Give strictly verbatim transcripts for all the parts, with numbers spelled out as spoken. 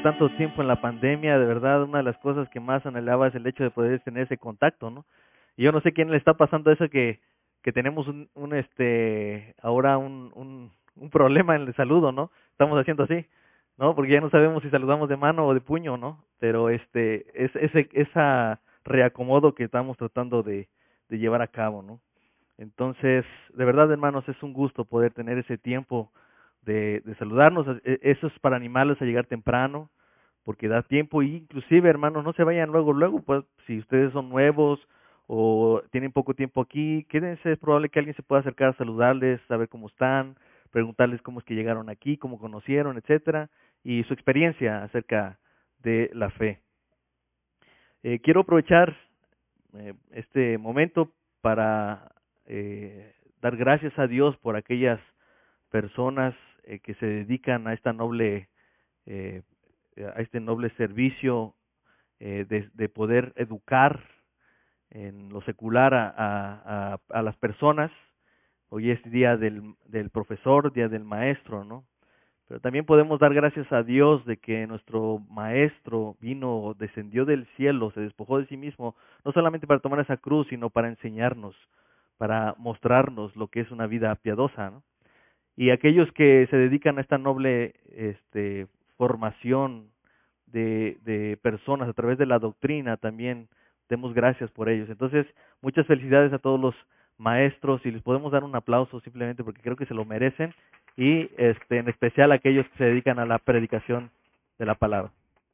tanto tiempo en la pandemia, de verdad, una de las cosas que más anhelaba es el hecho de poder tener ese contacto, ¿no? Y yo no sé quién le está pasando eso que, que tenemos un, un este, ahora un, un, un problema en el saludo, ¿no? Estamos haciendo así, ¿no? Porque ya no sabemos si saludamos de mano o de puño, ¿no? Pero este, es ese, esa reacomodo que estamos tratando de, de llevar a cabo, ¿no? Entonces, de verdad, hermanos, es un gusto poder tener ese tiempo de, de saludarnos. E- Eso es para animarlos a llegar temprano, porque da tiempo. Y inclusive, hermanos, no se vayan luego, luego, pues, si ustedes son nuevos o tienen poco tiempo aquí, quédense, es probable que alguien se pueda acercar a saludarles, saber cómo están, preguntarles cómo es que llegaron aquí, cómo conocieron, etcétera, y su experiencia acerca de la fe. Eh, quiero aprovechar eh, este momento para eh, dar gracias a Dios por aquellas personas eh, que se dedican a esta noble eh, a este noble servicio eh, de, de poder educar en lo secular a, a, a, a las personas. Hoy es día del, del profesor, día del maestro, ¿no? Pero también podemos dar gracias a Dios de que nuestro maestro vino, descendió del cielo, se despojó de sí mismo, no solamente para tomar esa cruz, sino para enseñarnos, para mostrarnos lo que es una vida piadosa, ¿no? Y aquellos que se dedican a esta noble este, formación de, de personas a través de la doctrina, también demos gracias por ellos. Entonces, muchas felicidades a todos los maestros y les podemos dar un aplauso simplemente porque creo que se lo merecen y este, en especial a aquellos que se dedican a la predicación de la palabra.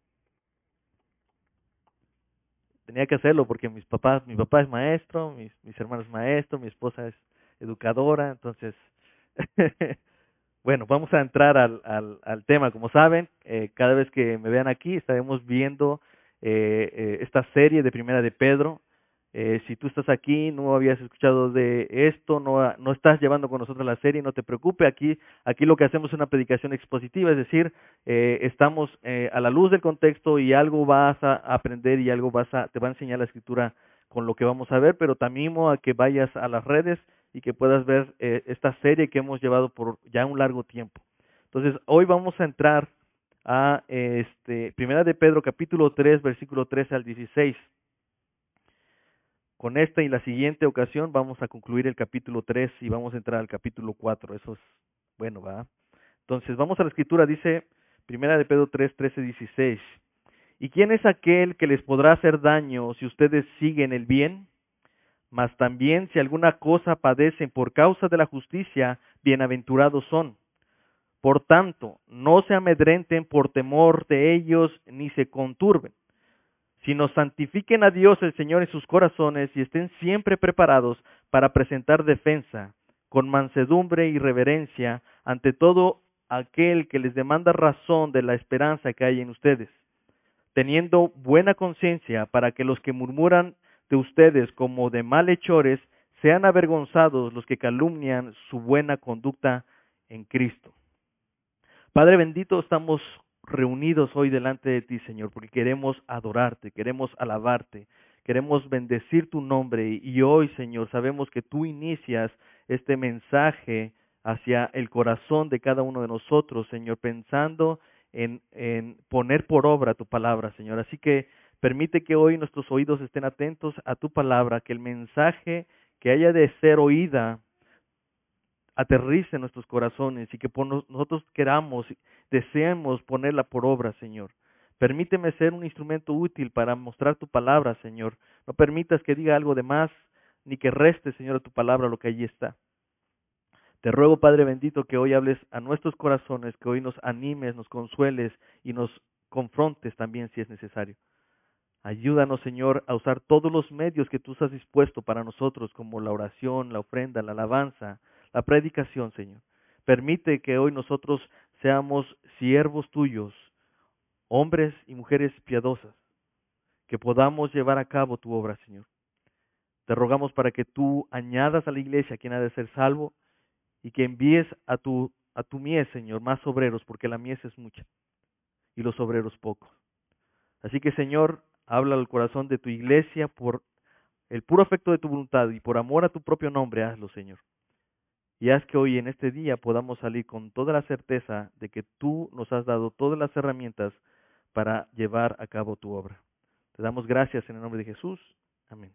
Tenía que hacerlo porque mis papás, mi papá es maestro, mis, mis hermanos maestros, mi esposa es educadora, entonces bueno, vamos a entrar al, al, al tema. Como saben, eh, cada vez que me vean aquí estaremos viendo eh, eh, esta serie de Primera de Pedro. Eh, si tú estás aquí, no habías escuchado de esto, no, no estás llevando con nosotros la serie, no te preocupes. Aquí, aquí lo que hacemos es una predicación expositiva, es decir, eh, estamos eh, a la luz del contexto y algo vas a aprender y algo vas a, te va a enseñar la Escritura con lo que vamos a ver, pero te animo a que vayas a las redes y que puedas ver eh, esta serie que hemos llevado por ya un largo tiempo. Entonces, hoy vamos a entrar a este Primera de Pedro capítulo tres, versículo trece al dieciséis. Con esta y la siguiente ocasión vamos a concluir el capítulo tres y vamos a entrar al capítulo cuatro. Eso es bueno, ¿va? Entonces, vamos a la escritura, dice Primera de Pedro tres, trece, dieciséis. ¿Y quién es aquel que les podrá hacer daño si ustedes siguen el bien? Mas también si alguna cosa padecen por causa de la justicia, bienaventurados son. Por tanto, no se amedrenten por temor de ellos, ni se conturben, sino santifiquen a Dios el Señor en sus corazones y estén siempre preparados para presentar defensa, con mansedumbre y reverencia, ante todo aquel que les demanda razón de la esperanza que hay en ustedes, teniendo buena conciencia para que los que murmuran de ustedes como de malhechores sean avergonzados los que calumnian su buena conducta en Cristo. Padre bendito, estamos reunidos hoy delante de ti, Señor, porque queremos adorarte, queremos alabarte, queremos bendecir tu nombre y hoy, Señor, sabemos que tú inicias este mensaje hacia el corazón de cada uno de nosotros, Señor, pensando en, en poner por obra tu palabra, Señor. Así que permite que hoy nuestros oídos estén atentos a tu palabra, que el mensaje que haya de ser oída aterrice en nuestros corazones y que por nos- nosotros queramos, deseemos ponerla por obra, Señor. Permíteme ser un instrumento útil para mostrar tu palabra, Señor. No permitas que diga algo de más, ni que reste, Señor, a tu palabra lo que allí está. Te ruego, Padre bendito, que hoy hables a nuestros corazones, que hoy nos animes, nos consueles y nos confrontes también si es necesario. Ayúdanos, Señor, a usar todos los medios que tú has dispuesto para nosotros, como la oración, la ofrenda, la alabanza, la predicación, Señor. Permite que hoy nosotros seamos siervos tuyos, hombres y mujeres piadosas, que podamos llevar a cabo tu obra, Señor. Te rogamos para que tú añadas a la iglesia quien ha de ser salvo y que envíes a tu, a tu mies, Señor, más obreros, porque la mies es mucha y los obreros pocos. Así que, Señor, habla al corazón de tu iglesia por el puro afecto de tu voluntad y por amor a tu propio nombre, hazlo, Señor. Y haz que hoy en este día podamos salir con toda la certeza de que tú nos has dado todas las herramientas para llevar a cabo tu obra. Te damos gracias en el nombre de Jesús. Amén.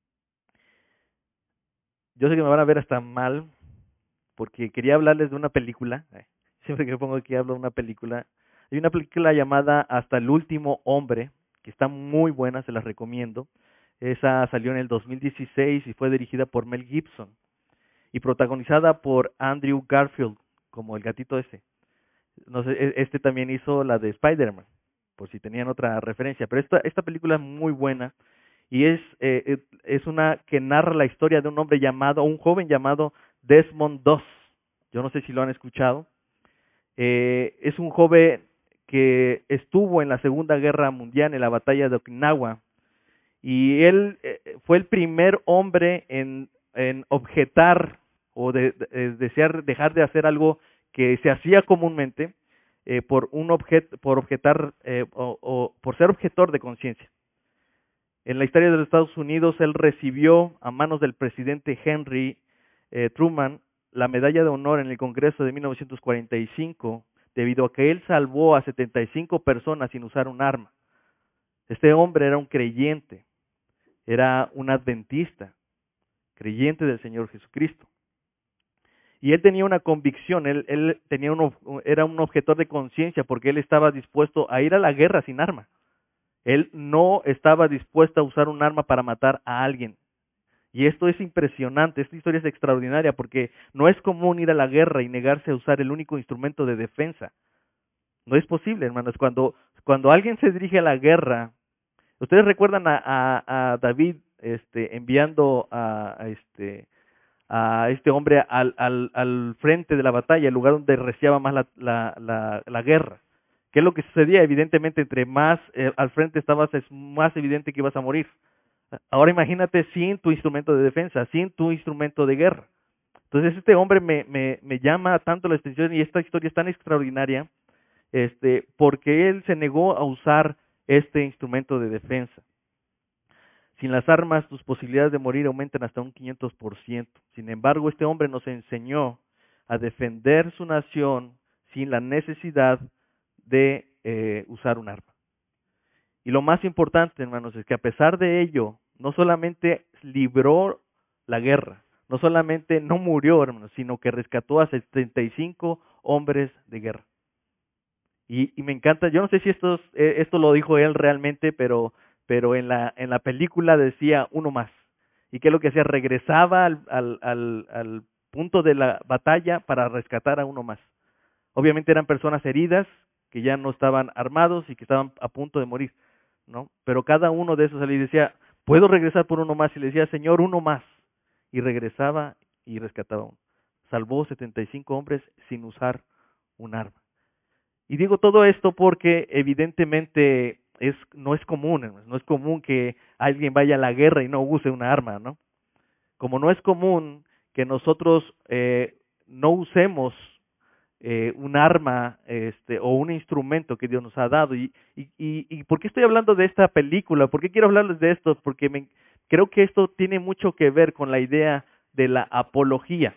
Yo sé que me van a ver hasta mal, porque quería hablarles de una película. Siempre que pongo aquí hablo de una película. Hay una película llamada Hasta el último hombre, que está muy buena, se las recomiendo. Esa salió en el dos mil dieciséis y fue dirigida por Mel Gibson y protagonizada por Andrew Garfield como el gatito ese. No sé, este también hizo la de Spider-Man, por si tenían otra referencia. Pero esta, esta película es muy buena y es, eh, es una que narra la historia de un hombre llamado, un joven llamado Desmond Doss. Yo no sé si lo han escuchado. Eh, es un joven que estuvo en la Segunda Guerra Mundial, en la batalla de Okinawa, y él eh, fue el primer hombre en, en objetar o de, de, desear dejar de hacer algo que se hacía comúnmente eh, por un objet, por objetar eh, o, o por ser objetor de conciencia. En la historia de los Estados Unidos, él recibió a manos del presidente Henry eh, Truman la medalla de honor en el Congreso de mil novecientos cuarenta y cinco, debido a que él salvó a setenta y cinco personas sin usar un arma. Este hombre era un creyente, era un adventista, creyente del Señor Jesucristo. Y él tenía una convicción, él, él tenía un, era un objetor de conciencia porque él estaba dispuesto a ir a la guerra sin arma. Él no estaba dispuesto a usar un arma para matar a alguien. Y esto es impresionante, esta historia es extraordinaria porque no es común ir a la guerra y negarse a usar el único instrumento de defensa. No es posible, hermanos. Cuando, cuando alguien se dirige a la guerra, ustedes recuerdan a, a, a David este, enviando a, a, este, a este hombre al, al, al frente de la batalla, el lugar donde reciaba más la, la, la, la guerra. ¿Qué es lo que sucedía? Evidentemente, entre más eh, al frente estabas, es más evidente que ibas a morir. Ahora imagínate sin tu instrumento de defensa, sin tu instrumento de guerra. Entonces este hombre me, me, me llama tanto la atención y esta historia es tan extraordinaria este, porque él se negó a usar este instrumento de defensa. Sin las armas, tus posibilidades de morir aumentan hasta un quinientos por ciento. Sin embargo, este hombre nos enseñó a defender su nación sin la necesidad de eh, usar un arma. Y lo más importante, hermanos, es que a pesar de ello, no solamente libró la guerra, no solamente no murió, hermanos, sino que rescató a setenta y cinco hombres de guerra. Y, y me encanta, yo no sé si esto, eh, esto lo dijo él realmente, pero, pero en la, en la película decía uno más. ¿Y qué es lo que hacía? Regresaba al, al, al, al punto de la batalla para rescatar a uno más. Obviamente eran personas heridas, que ya no estaban armados y que estaban a punto de morir, ¿no? Pero cada uno de esos le decía, ¿puedo regresar por uno más? Y le decía, Señor, uno más. Y regresaba y rescataba uno. Salvó setenta y cinco hombres sin usar un arma. Y digo todo esto porque evidentemente es no es común, no es común que alguien vaya a la guerra y no use una arma, ¿no? Como no es común que nosotros eh, no usemos eh, un arma este, o un instrumento que Dios nos ha dado. Y, y, y, y ¿por qué estoy hablando de esta película? ¿Por qué quiero hablarles de esto? Porque me, creo que esto tiene mucho que ver con la idea de la apología.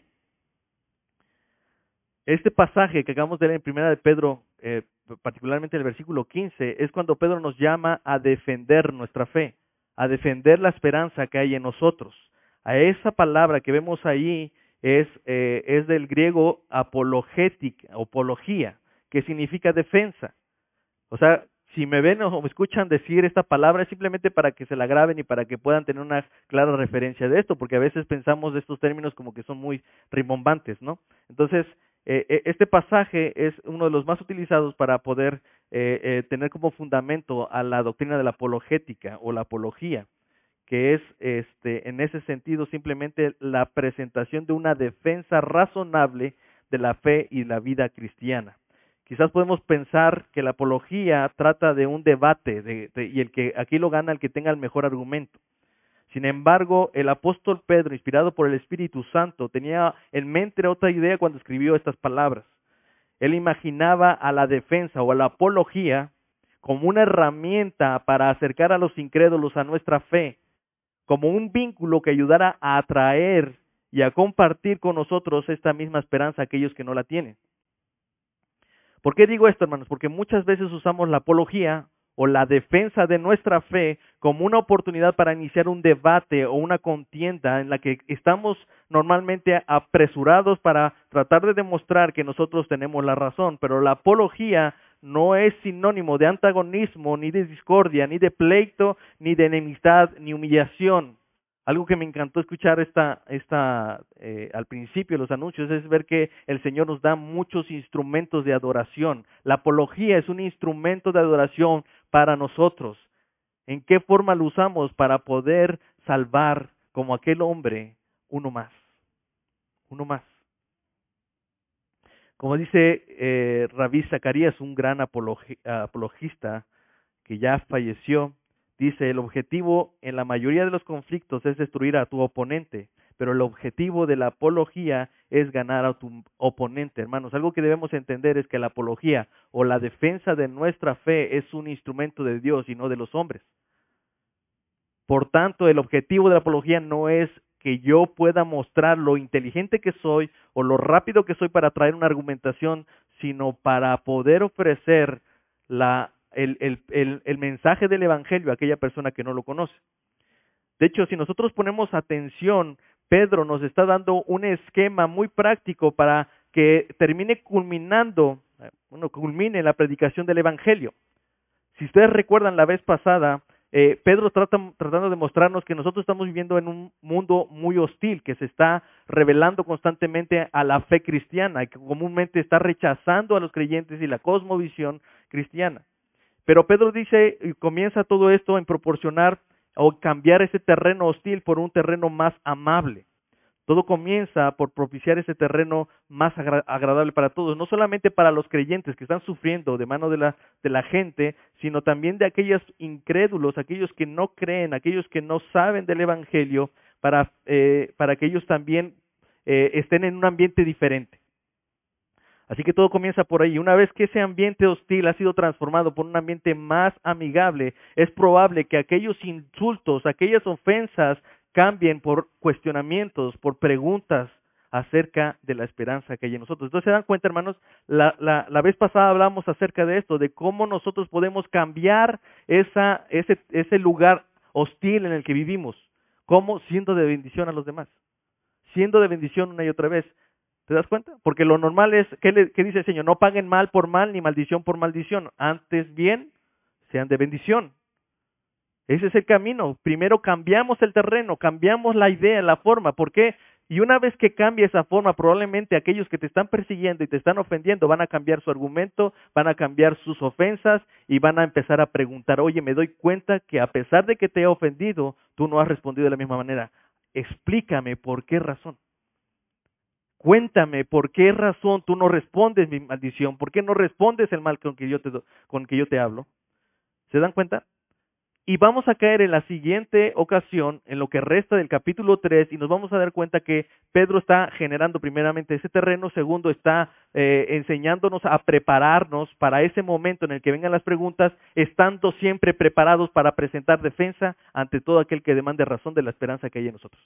Este pasaje que acabamos de leer en Primera de Pedro, eh, particularmente el versículo quince, es cuando Pedro nos llama a defender nuestra fe, a defender la esperanza que hay en nosotros. A esa palabra que vemos ahí es, eh, es del griego apologética, apología, que significa defensa. O sea, si me ven o me escuchan decir esta palabra es simplemente para que se la graben y para que puedan tener una clara referencia de esto, porque a veces pensamos de estos términos como que son muy rimbombantes, ¿no? Entonces, eh, este pasaje es uno de los más utilizados para poder eh, eh, tener como fundamento a la doctrina de la apologética o la apología, que es este en ese sentido simplemente la presentación de una defensa razonable de la fe y la vida cristiana. Quizás podemos pensar que la apología trata de un debate de, de, y el que aquí lo gana el que tenga el mejor argumento. Sin embargo, el apóstol Pedro, inspirado por el Espíritu Santo, tenía en mente otra idea cuando escribió estas palabras. Él imaginaba a la defensa o a la apología como una herramienta para acercar a los incrédulos a nuestra fe, como un vínculo que ayudara a atraer y a compartir con nosotros esta misma esperanza a aquellos que no la tienen. ¿Por qué digo esto, hermanos? Porque muchas veces usamos la apología o la defensa de nuestra fe como una oportunidad para iniciar un debate o una contienda en la que estamos normalmente apresurados para tratar de demostrar que nosotros tenemos la razón, pero la apología no es sinónimo de antagonismo, ni de discordia, ni de pleito, ni de enemistad, ni humillación. Algo que me encantó escuchar esta, esta, eh, al principio de los anuncios es ver que el Señor nos da muchos instrumentos de adoración. La apología es un instrumento de adoración para nosotros. ¿En qué forma lo usamos? Para poder salvar como aquel hombre uno más, uno más. Como dice eh, Rabí Zacarías, un gran apologi- apologista que ya falleció, dice, el objetivo en la mayoría de los conflictos es destruir a tu oponente, pero el objetivo de la apología es ganar a tu oponente. Hermanos, algo que debemos entender es que la apología o la defensa de nuestra fe es un instrumento de Dios y no de los hombres. Por tanto, el objetivo de la apología no es que yo pueda mostrar lo inteligente que soy o lo rápido que soy para traer una argumentación, sino para poder ofrecer la, el, el, el, el mensaje del Evangelio a aquella persona que no lo conoce. De hecho, si nosotros ponemos atención, Pedro nos está dando un esquema muy práctico para que termine culminando, bueno, culmine la predicación del Evangelio. Si ustedes recuerdan la vez pasada, eh, Pedro trata, tratando de mostrarnos que nosotros estamos viviendo en un mundo muy hostil, que se está revelando constantemente a la fe cristiana, y que comúnmente está rechazando a los creyentes y la cosmovisión cristiana. Pero Pedro dice, y comienza todo esto en proporcionar o cambiar ese terreno hostil por un terreno más amable. Todo comienza por propiciar ese terreno más agra- agradable para todos, no solamente para los creyentes que están sufriendo de mano de la, de la gente, sino también de aquellos incrédulos, aquellos que no creen, aquellos que no saben del Evangelio, para, eh, para que ellos también eh, estén en un ambiente diferente. Así que todo comienza por ahí. Una vez que ese ambiente hostil ha sido transformado por un ambiente más amigable, es probable que aquellos insultos, aquellas ofensas cambien por cuestionamientos, por preguntas acerca de la esperanza que hay en nosotros. Entonces, ¿se dan cuenta, hermanos? La, la, la vez pasada hablamos acerca de esto, de cómo nosotros podemos cambiar esa, ese, ese lugar hostil en el que vivimos, cómo siendo de bendición a los demás, siendo de bendición una y otra vez. ¿Te das cuenta? Porque lo normal es, ¿qué, le, qué dice el Señor? No paguen mal por mal ni maldición por maldición. Antes bien, sean de bendición. Ese es el camino. Primero cambiamos el terreno, cambiamos la idea, la forma. ¿Por qué? Y una vez que cambie esa forma, probablemente aquellos que te están persiguiendo y te están ofendiendo van a cambiar su argumento, van a cambiar sus ofensas y van a empezar a preguntar, oye, me doy cuenta que a pesar de que te he ofendido, tú no has respondido de la misma manera. Explícame por qué razón. Cuéntame por qué razón tú no respondes mi maldición, por qué no respondes el mal con que yo te, con que yo te hablo. ¿Se dan cuenta? Y vamos a caer en la siguiente ocasión, en lo que resta del capítulo tres, y nos vamos a dar cuenta que Pedro está generando primeramente ese terreno, segundo está eh, enseñándonos a prepararnos para ese momento en el que vengan las preguntas, estando siempre preparados para presentar defensa ante todo aquel que demande razón de la esperanza que hay en nosotros.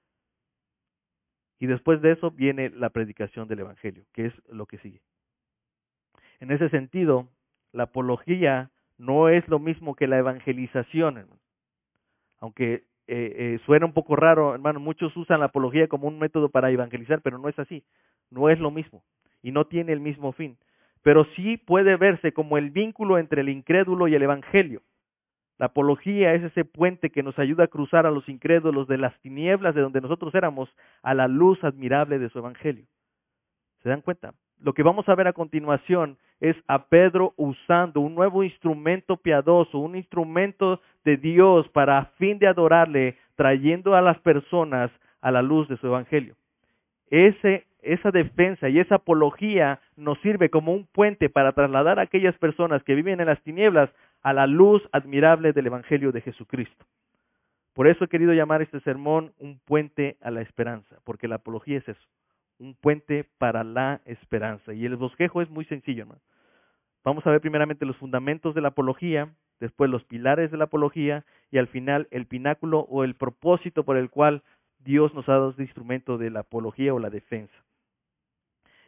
Y después de eso viene la predicación del Evangelio, que es lo que sigue. En ese sentido, la apología no es lo mismo que la evangelización, hermano. Aunque eh, eh, suena un poco raro, hermano, muchos usan la apología como un método para evangelizar, pero no es así. No es lo mismo y no tiene el mismo fin. Pero sí puede verse como el vínculo entre el incrédulo y el Evangelio. La apología es ese puente que nos ayuda a cruzar a los incrédulos de las tinieblas de donde nosotros éramos a la luz admirable de su Evangelio. ¿Se dan cuenta? Lo que vamos a ver a continuación es a Pedro usando un nuevo instrumento piadoso, un instrumento de Dios para a fin de adorarle, trayendo a las personas a la luz de su Evangelio. Ese, esa defensa y esa apología nos sirve como un puente para trasladar a aquellas personas que viven en las tinieblas a la luz admirable del Evangelio de Jesucristo. Por eso he querido llamar este sermón un puente a la esperanza, porque la apología es eso, un puente para la esperanza. Y el bosquejo es muy sencillo, hermano. Vamos a ver primeramente los fundamentos de la apología, después los pilares de la apología y al final el pináculo o el propósito por el cual Dios nos ha dado este instrumento de la apología o la defensa.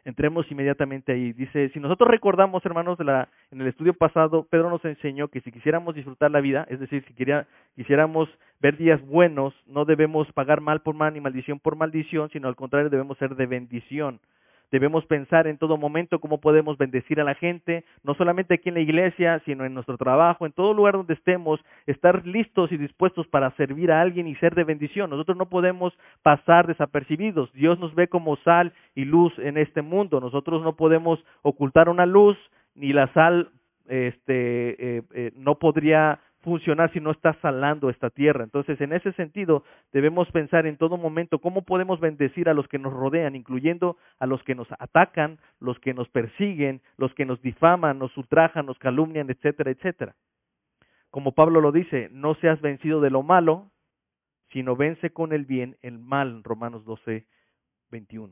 Entremos inmediatamente ahí. Dice, si nosotros recordamos, hermanos, de la, en el estudio pasado, Pedro nos enseñó que si quisiéramos disfrutar la vida, es decir, si quería, quisiéramos ver días buenos, no debemos pagar mal por mal ni maldición por maldición, sino al contrario, debemos ser de bendición. Debemos pensar en todo momento cómo podemos bendecir a la gente, no solamente aquí en la iglesia, sino en nuestro trabajo, en todo lugar donde estemos, estar listos y dispuestos para servir a alguien y ser de bendición. Nosotros no podemos pasar desapercibidos. Dios nos ve como sal y luz en este mundo. Nosotros no podemos ocultar una luz, ni la sal este, eh, eh, no podría funcionar si no está salando esta tierra. Entonces, en ese sentido, debemos pensar en todo momento cómo podemos bendecir a los que nos rodean, incluyendo a los que nos atacan, los que nos persiguen, los que nos difaman, nos ultrajan, nos calumnian, etcétera, etcétera. Como Pablo lo dice, no seas vencido de lo malo, sino vence con el bien el mal, en Romanos doce, veintiuno.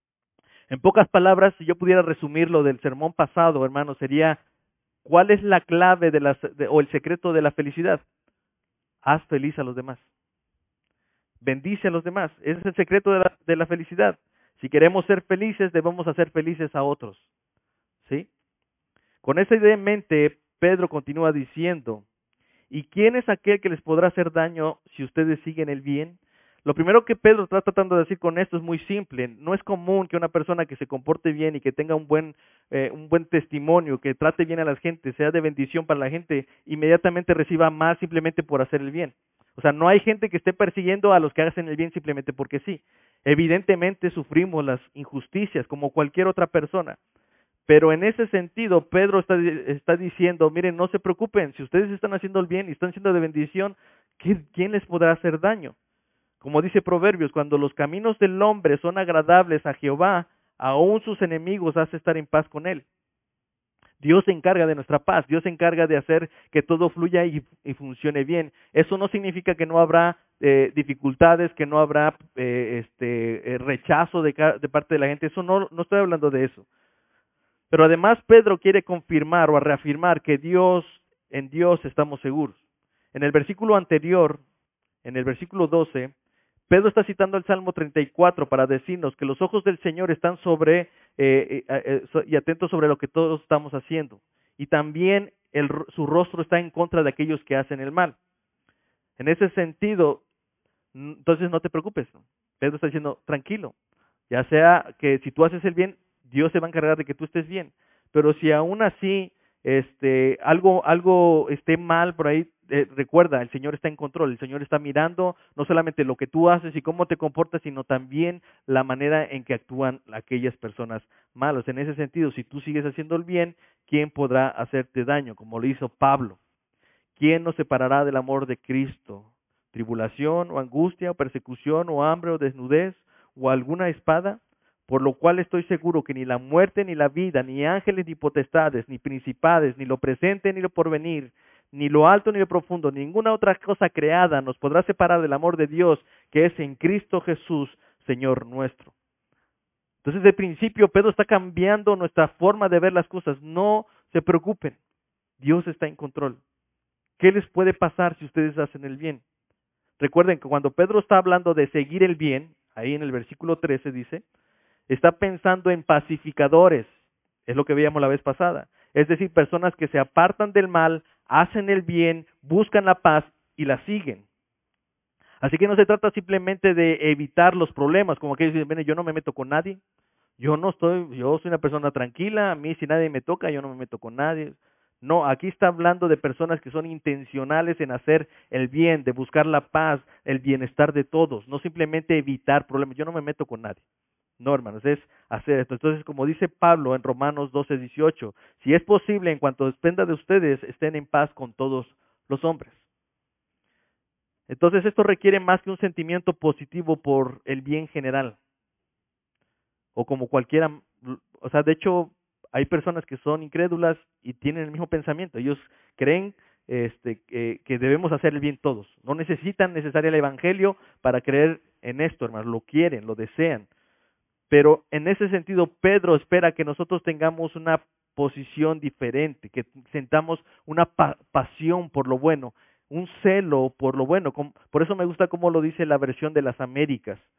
En pocas palabras, si yo pudiera resumir lo del sermón pasado, hermano, sería: ¿cuál es la clave de la, de, o el secreto de la felicidad? Haz feliz a los demás. Bendice a los demás. Ese es el secreto de la, de la felicidad. Si queremos ser felices, debemos hacer felices a otros. ¿Sí? Con esa idea en mente, Pedro continúa diciendo, ¿y quién es aquel que les podrá hacer daño si ustedes siguen el bien? Lo primero que Pedro está tratando de decir con esto es muy simple. No es común que una persona que se comporte bien y que tenga un buen, eh, un buen testimonio, que trate bien a la gente, sea de bendición para la gente, inmediatamente reciba más simplemente por hacer el bien. O sea, no hay gente que esté persiguiendo a los que hacen el bien simplemente porque sí. Evidentemente sufrimos las injusticias como cualquier otra persona. Pero en ese sentido, Pedro está, está diciendo, miren, no se preocupen, si ustedes están haciendo el bien y están siendo de bendición, ¿quién les podrá hacer daño? Como dice Proverbios, cuando los caminos del hombre son agradables a Jehová, aún sus enemigos hace estar en paz con él. Dios se encarga de nuestra paz, Dios se encarga de hacer que todo fluya y, y funcione bien. Eso no significa que no habrá eh, dificultades, que no habrá eh, este eh, rechazo de, de parte de la gente. Eso no, no estoy hablando de eso. Pero además Pedro quiere confirmar o reafirmar que Dios, en Dios estamos seguros. En el versículo anterior, en el versículo doce, Pedro está citando el Salmo treinta y cuatro para decirnos que los ojos del Señor están sobre eh, eh, eh, y atentos sobre lo que todos estamos haciendo. Y también el, su rostro está en contra de aquellos que hacen el mal. En ese sentido, entonces no te preocupes. Pedro está diciendo, tranquilo. Ya sea que si tú haces el bien, Dios se va a encargar de que tú estés bien. Pero si aún así este, algo, algo esté mal por ahí, eh, recuerda, el Señor está en control, el Señor está mirando no solamente lo que tú haces y cómo te comportas, sino también la manera en que actúan aquellas personas malas. En ese sentido, si tú sigues haciendo el bien, ¿quién podrá hacerte daño? Como lo hizo Pablo. ¿Quién nos separará del amor de Cristo? ¿Tribulación o angustia o persecución o hambre o desnudez o alguna espada? Por lo cual estoy seguro que ni la muerte, ni la vida, ni ángeles, ni potestades, ni principades, ni lo presente, ni lo porvenir, ni lo alto, ni lo profundo, ninguna otra cosa creada nos podrá separar del amor de Dios que es en Cristo Jesús, Señor nuestro. Entonces, de principio, Pedro está cambiando nuestra forma de ver las cosas. No se preocupen, Dios está en control. ¿Qué les puede pasar si ustedes hacen el bien? Recuerden que cuando Pedro está hablando de seguir el bien, ahí en el versículo trece dice, está pensando en pacificadores, es lo que veíamos la vez pasada. Es decir, personas que se apartan del mal, hacen el bien, buscan la paz y la siguen. Así que no se trata simplemente de evitar los problemas, como que dicen, bueno, yo no me meto con nadie, yo no estoy, yo soy una persona tranquila, a mí si nadie me toca, yo no me meto con nadie. No, aquí está hablando de personas que son intencionales en hacer el bien, de buscar la paz, el bienestar de todos, no simplemente evitar problemas. Yo no me meto con nadie. No, hermanos, es hacer esto. Entonces, como dice Pablo en Romanos doce, dieciocho, si es posible, en cuanto dependa de ustedes, estén en paz con todos los hombres. Entonces, esto requiere más que un sentimiento positivo por el bien general. O como cualquiera, o sea, de hecho, hay personas que son incrédulas y tienen el mismo pensamiento. Ellos creen este, que, que debemos hacer el bien todos. No necesitan necesariamente el evangelio para creer en esto, hermanos. Lo quieren, lo desean. Pero en ese sentido, Pedro espera que nosotros tengamos una posición diferente, que sentamos una pa pasión por lo bueno, un celo por lo bueno. Por eso me gusta cómo lo dice la versión de las Américas.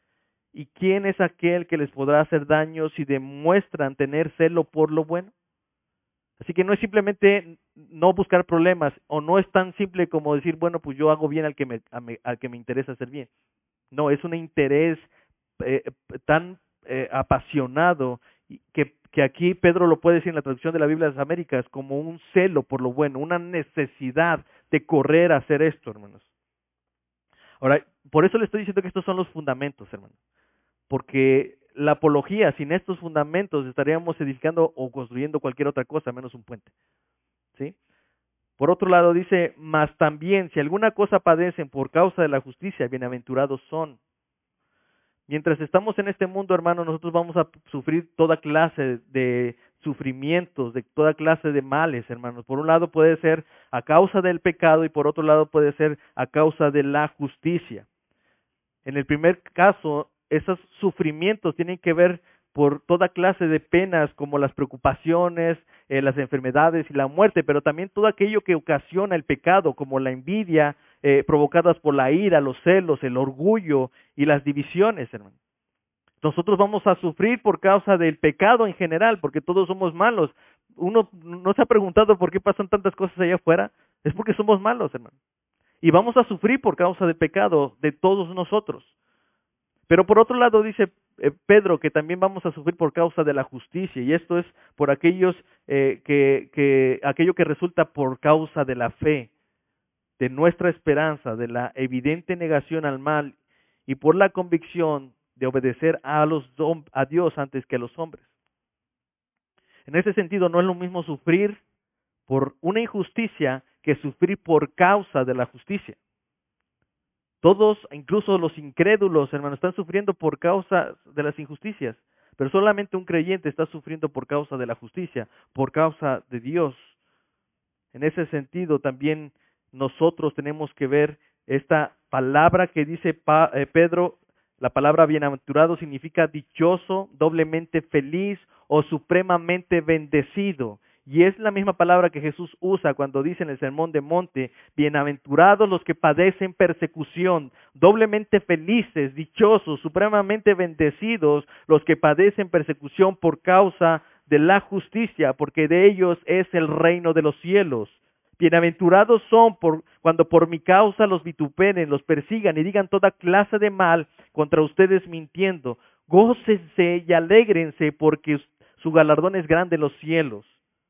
¿Y quién es aquel que les podrá hacer daño si demuestran tener celo por lo bueno? Así que no es simplemente no buscar problemas, o no es tan simple como decir, bueno, pues yo hago bien al que me, a me- al que me interesa hacer bien. No, es un interés eh, tan eh, apasionado y que, que aquí Pedro lo puede decir en la traducción de la Biblia de las Américas como un celo por lo bueno, una necesidad de correr a hacer esto, hermanos. Ahora, por eso le estoy diciendo que estos son los fundamentos, hermanos. Porque la apología, sin estos fundamentos, estaríamos edificando o construyendo cualquier otra cosa, menos un puente. ¿Sí? Por otro lado, dice, mas también, si alguna cosa padecen por causa de la justicia, bienaventurados son. Mientras estamos en este mundo, hermano, nosotros vamos a sufrir toda clase de sufrimientos, de toda clase de males, hermanos. Por un lado puede ser a causa del pecado y por otro lado puede ser a causa de la justicia. En el primer caso, esos sufrimientos tienen que ver por toda clase de penas como las preocupaciones, eh, las enfermedades y la muerte, pero también todo aquello que ocasiona el pecado, como la envidia, eh, provocadas por la ira, los celos, el orgullo y las divisiones, hermano. Nosotros vamos a sufrir por causa del pecado en general, porque todos somos malos. Uno no se ha preguntado por qué pasan tantas cosas allá afuera, es porque somos malos, hermano. Y vamos a sufrir por causa del pecado de todos nosotros. Pero por otro lado dice eh, Pedro que también vamos a sufrir por causa de la justicia, y esto es por aquellos eh, que, que aquello que resulta por causa de la fe, de nuestra esperanza, de la evidente negación al mal y por la convicción de obedecer a los a Dios antes que a los hombres. En ese sentido, no es lo mismo sufrir por una injusticia que sufrir por causa de la justicia. Todos, incluso los incrédulos, hermanos, están sufriendo por causa de las injusticias, pero solamente un creyente está sufriendo por causa de la justicia, por causa de Dios. En ese sentido, también nosotros tenemos que ver esta palabra que dice pa, eh, Pedro, la palabra bienaventurado significa dichoso, doblemente feliz o supremamente bendecido. Y es la misma palabra que Jesús usa cuando dice en el Sermón de Monte, bienaventurados los que padecen persecución, doblemente felices, dichosos, supremamente bendecidos los que padecen persecución por causa de la justicia, porque de ellos es el reino de los cielos. Bienaventurados son por, cuando por mi causa los vituperen, los persigan y digan toda clase de mal contra ustedes mintiendo. Gócense y alégrense porque su galardón es grande en los cielos.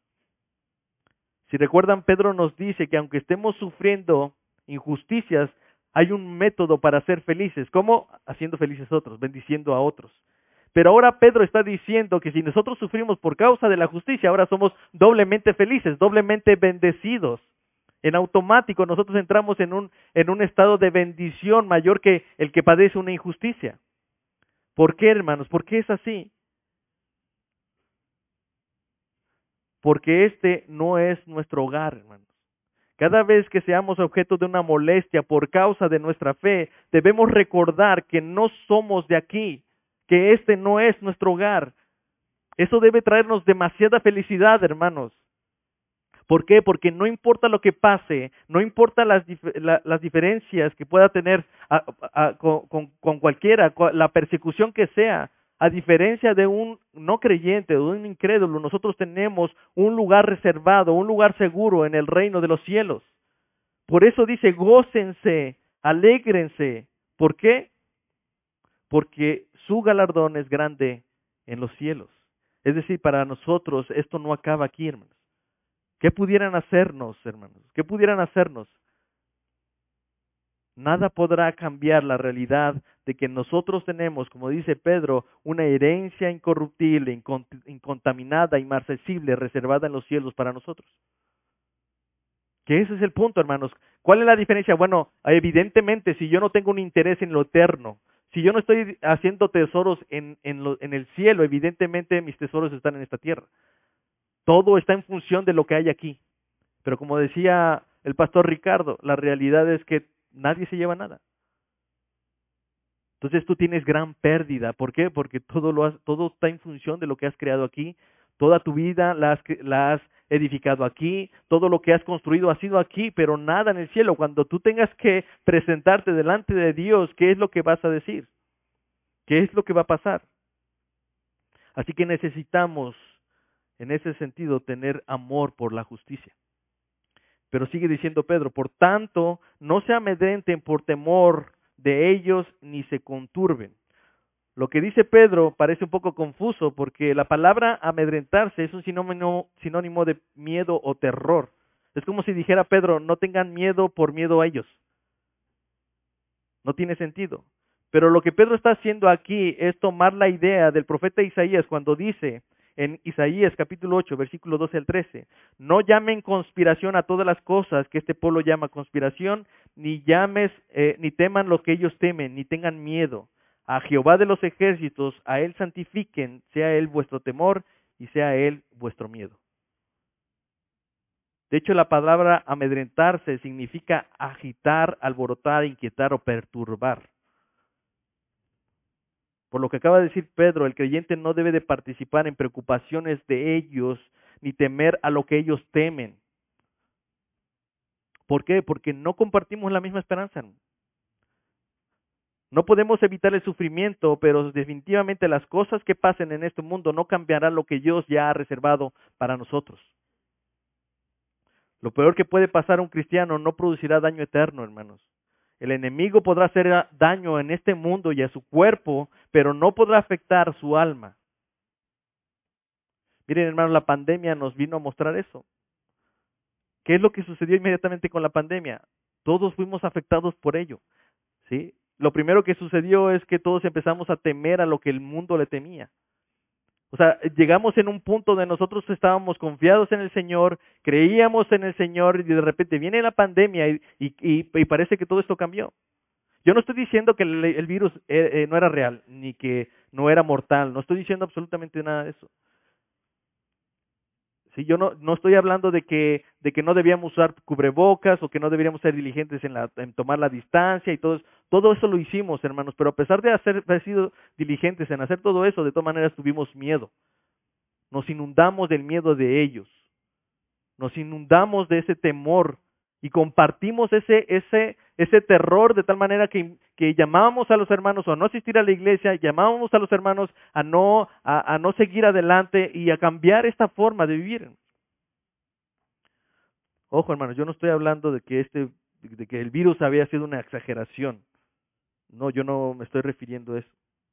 Si recuerdan, Pedro nos dice que aunque estemos sufriendo injusticias, hay un método para ser felices. ¿Cómo? Haciendo felices a otros, bendiciendo a otros. Pero ahora Pedro está diciendo que si nosotros sufrimos por causa de la justicia, ahora somos doblemente felices, doblemente bendecidos. En automático nosotros entramos en un, en un estado de bendición mayor que el que padece una injusticia. ¿Por qué, hermanos? ¿Por qué es así? Porque este no es nuestro hogar, hermanos. Cada vez que seamos objeto de una molestia por causa de nuestra fe, debemos recordar que no somos de aquí, que este no es nuestro hogar. Eso debe traernos demasiada felicidad, hermanos. ¿Por qué? Porque no importa lo que pase, no importa las, dif- la, las diferencias que pueda tener a, a, con, con, con cualquiera, la persecución que sea, a diferencia de un no creyente, de un incrédulo, nosotros tenemos un lugar reservado, un lugar seguro en el reino de los cielos. Por eso dice, gócense, alégrense. ¿Por qué? Porque su galardón es grande en los cielos. Es decir, para nosotros esto no acaba aquí, hermanos. ¿Qué pudieran hacernos, hermanos? ¿Qué pudieran hacernos? Nada podrá cambiar la realidad de que nosotros tenemos, como dice Pedro, una herencia incorruptible, incont- incontaminada, inmarcesible, reservada en los cielos para nosotros. Que ese es el punto, hermanos. ¿Cuál es la diferencia? Bueno, evidentemente, si yo no tengo un interés en lo eterno, si yo no estoy haciendo tesoros en, en, lo, en el cielo, evidentemente mis tesoros están en esta tierra. Todo está en función de lo que hay aquí. Pero como decía el pastor Ricardo, la realidad es que nadie se lleva nada. Entonces tú tienes gran pérdida. ¿Por qué? Porque todo, lo has, todo está en función de lo que has creado aquí. Toda tu vida la has, la has edificado aquí. Todo lo que has construido ha sido aquí, pero nada en el cielo. Cuando tú tengas que presentarte delante de Dios, ¿qué es lo que vas a decir? ¿Qué es lo que va a pasar? Así que necesitamos, en ese sentido, tener amor por la justicia. Pero sigue diciendo Pedro, por tanto, no se amedrenten por temor de ellos ni se conturben. Lo que dice Pedro parece un poco confuso porque la palabra amedrentarse es un sinónimo, sinónimo de miedo o terror. Es como si dijera Pedro, no tengan miedo por miedo a ellos. No tiene sentido. Pero lo que Pedro está haciendo aquí es tomar la idea del profeta Isaías cuando dice en Isaías capítulo ocho, versículo doce al trece, no llamen conspiración a todas las cosas que este pueblo llama conspiración, ni llames, eh, ni teman lo que ellos temen, ni tengan miedo. A Jehová de los ejércitos, a Él santifiquen, sea Él vuestro temor y sea Él vuestro miedo. De hecho, la palabra amedrentarse significa agitar, alborotar, inquietar o perturbar. Por lo que acaba de decir Pedro, el creyente no debe de participar en preocupaciones de ellos, ni temer a lo que ellos temen. ¿Por qué? Porque no compartimos la misma esperanza. No podemos evitar el sufrimiento, pero definitivamente las cosas que pasen en este mundo no cambiarán lo que Dios ya ha reservado para nosotros. Lo peor que puede pasar a un cristiano no producirá daño eterno, hermanos. El enemigo podrá hacer daño en este mundo y a su cuerpo, pero no podrá afectar su alma. Miren, hermanos, la pandemia nos vino a mostrar eso. ¿Qué es lo que sucedió inmediatamente con la pandemia? Todos fuimos afectados por ello, ¿sí? Lo primero que sucedió es que todos empezamos a temer a lo que el mundo le temía. O sea, llegamos en un punto donde nosotros estábamos confiados en el Señor, creíamos en el Señor y de repente viene la pandemia y, y, y, y parece que todo esto cambió. Yo no estoy diciendo que el, el virus eh, eh, no era real, ni que no era mortal, no estoy diciendo absolutamente nada de eso. Sí, yo no, no estoy hablando de que, de que no debíamos usar cubrebocas o que no deberíamos ser diligentes en, la, en tomar la distancia y todo eso. Todo eso lo hicimos, hermanos, pero a pesar de hacer, haber sido diligentes en hacer todo eso, de todas maneras tuvimos miedo. Nos inundamos del miedo de ellos. Nos inundamos de ese temor y compartimos ese, ese, ese terror de tal manera que, que llamábamos a los hermanos a no asistir a la iglesia, llamábamos a los hermanos a no, a, a no seguir adelante y a cambiar esta forma de vivir. Ojo, hermanos, yo no estoy hablando de que este, de que el virus había sido una exageración. No, yo no me estoy refiriendo a eso.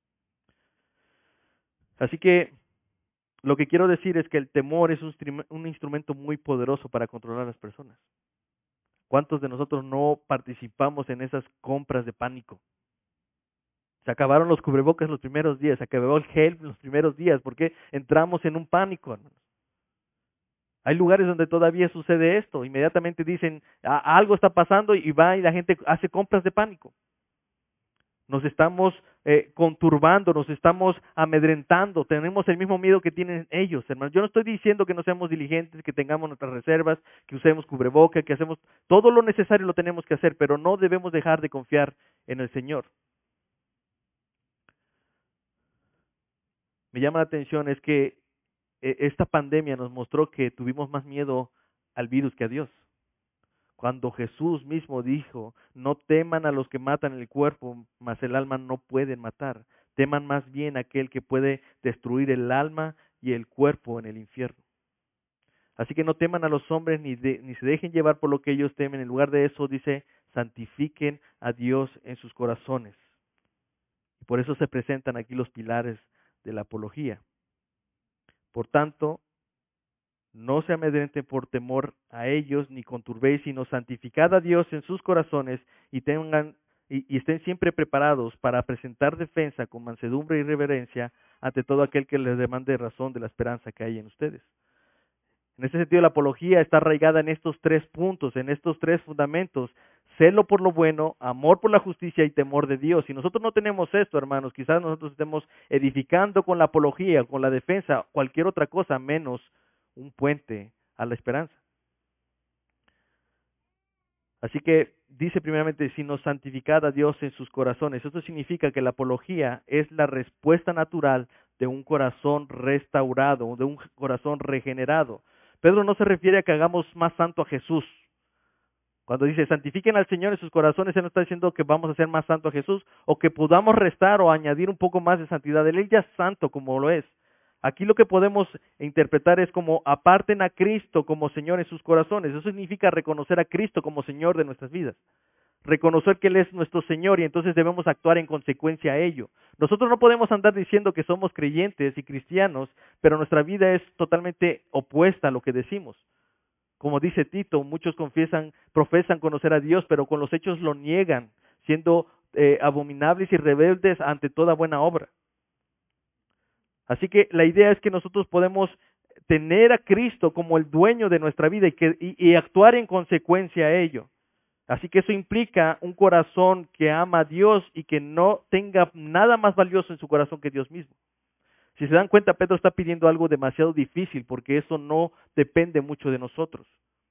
Así que lo que quiero decir es que el temor es un, un instrumento muy poderoso para controlar a las personas. ¿Cuántos de nosotros no participamos en esas compras de pánico? Se acabaron los cubrebocas los primeros días, se acabó el gel los primeros días, porque entramos en un pánico, hermanos. Hay lugares donde todavía sucede esto, inmediatamente dicen, ah, algo está pasando y va y la gente hace compras de pánico. Nos estamos eh, conturbando, nos estamos amedrentando, tenemos el mismo miedo que tienen ellos, hermanos. Yo no estoy diciendo que no seamos diligentes, que tengamos nuestras reservas, que usemos cubreboca, que hacemos todo lo necesario lo tenemos que hacer, pero no debemos dejar de confiar en el Señor. Me llama la atención es que eh, esta pandemia nos mostró que tuvimos más miedo al virus que a Dios. Cuando Jesús mismo dijo, no teman a los que matan el cuerpo, mas el alma no pueden matar. Teman más bien a aquel que puede destruir el alma y el cuerpo en el infierno. Así que no teman a los hombres ni, de, ni se dejen llevar por lo que ellos temen. En lugar de eso dice, santifiquen a Dios en sus corazones. Y por eso se presentan aquí los pilares de la apología. Por tanto, no se amedrenten por temor a ellos, ni conturbéis, sino santificad a Dios en sus corazones y tengan y, y estén siempre preparados para presentar defensa con mansedumbre y reverencia ante todo aquel que les demande razón de la esperanza que hay en ustedes. En ese sentido, la apología está arraigada en estos tres puntos, en estos tres fundamentos: celo por lo bueno, amor por la justicia y temor de Dios. Si nosotros no tenemos esto, hermanos, quizás nosotros estemos edificando con la apología, con la defensa, cualquier otra cosa menos un puente a la esperanza. Así que dice primeramente, sino santificad a Dios en sus corazones. Esto significa que la apología es la respuesta natural de un corazón restaurado, de un corazón regenerado. Pedro no se refiere a que hagamos más santo a Jesús. Cuando dice santifiquen al Señor en sus corazones, Él no está diciendo que vamos a hacer más santo a Jesús o que podamos restar o añadir un poco más de santidad. Él ya es santo como lo es. Aquí lo que podemos interpretar es como aparten a Cristo como Señor en sus corazones. Eso significa reconocer a Cristo como Señor de nuestras vidas. Reconocer que Él es nuestro Señor y entonces debemos actuar en consecuencia a ello. Nosotros no podemos andar diciendo que somos creyentes y cristianos, pero nuestra vida es totalmente opuesta a lo que decimos. Como dice Tito, muchos confiesan, profesan conocer a Dios, pero con los hechos lo niegan, siendo eh, abominables y rebeldes ante toda buena obra. Así que la idea es que nosotros podemos tener a Cristo como el dueño de nuestra vida y, que, y, y actuar en consecuencia a ello. Así que eso implica un corazón que ama a Dios y que no tenga nada más valioso en su corazón que Dios mismo. Si se dan cuenta, Pedro está pidiendo algo demasiado difícil porque eso no depende mucho de nosotros.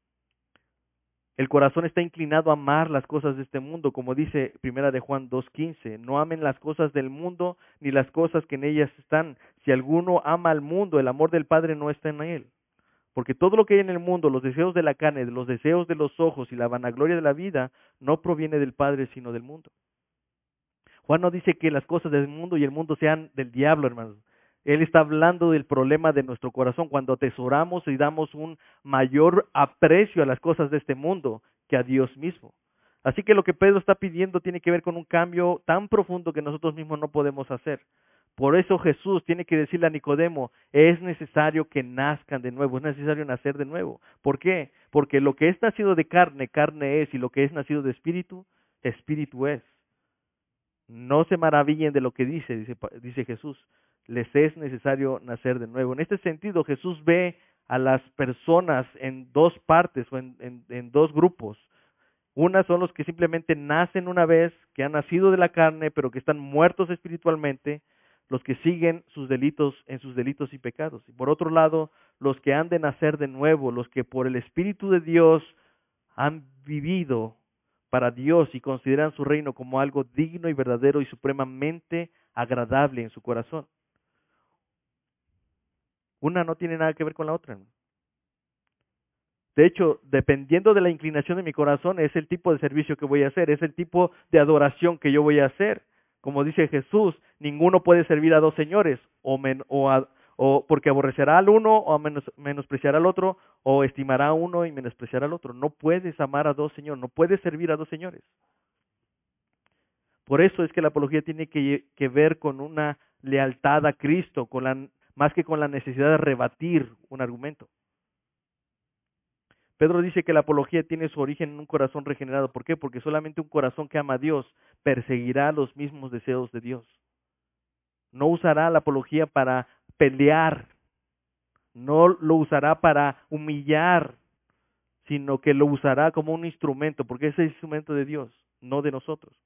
El corazón está inclinado a amar las cosas de este mundo, como dice Primera de Juan dos quince. No amen las cosas del mundo ni las cosas que en ellas están. Si alguno ama al mundo, el amor del Padre no está en él. Porque todo lo que hay en el mundo, los deseos de la carne, los deseos de los ojos y la vanagloria de la vida, no proviene del Padre, sino del mundo. Juan no dice que las cosas del mundo y el mundo sean del diablo, hermanos. Él está hablando del problema de nuestro corazón, cuando atesoramos y damos un mayor aprecio a las cosas de este mundo que a Dios mismo. Así que lo que Pedro está pidiendo tiene que ver con un cambio tan profundo que nosotros mismos no podemos hacer. Por eso Jesús tiene que decirle a Nicodemo, es necesario que nazcan de nuevo, es necesario nacer de nuevo. ¿Por qué? Porque lo que es nacido de carne, carne es, y lo que es nacido de espíritu, espíritu es. No se maravillen de lo que dice, dice, dice Jesús, les es necesario nacer de nuevo. En este sentido, Jesús ve a las personas en dos partes o en, en, en dos grupos. Una son los que simplemente nacen una vez, que han nacido de la carne, pero que están muertos espiritualmente, los que siguen sus delitos en sus delitos y pecados. Y por otro lado, los que han de nacer de nuevo, los que por el Espíritu de Dios han vivido para Dios y consideran su reino como algo digno y verdadero y supremamente agradable en su corazón. Una no tiene nada que ver con la otra. De hecho, dependiendo de la inclinación de mi corazón, es el tipo de servicio que voy a hacer, es el tipo de adoración que yo voy a hacer. Como dice Jesús, ninguno puede servir a dos señores, o, men, o, a, o porque aborrecerá al uno, o menos, menospreciará al otro, o estimará a uno y menospreciará al otro. No puedes amar a dos señores, no puedes servir a dos señores. Por eso es que la apología tiene que, que ver con una lealtad a Cristo, con la, más que con la necesidad de rebatir un argumento. Pedro dice que la apología tiene su origen en un corazón regenerado. ¿Por qué? Porque solamente un corazón que ama a Dios perseguirá los mismos deseos de Dios. No usará la apología para pelear, no lo usará para humillar, sino que lo usará como un instrumento, porque es el instrumento de Dios, no de nosotros.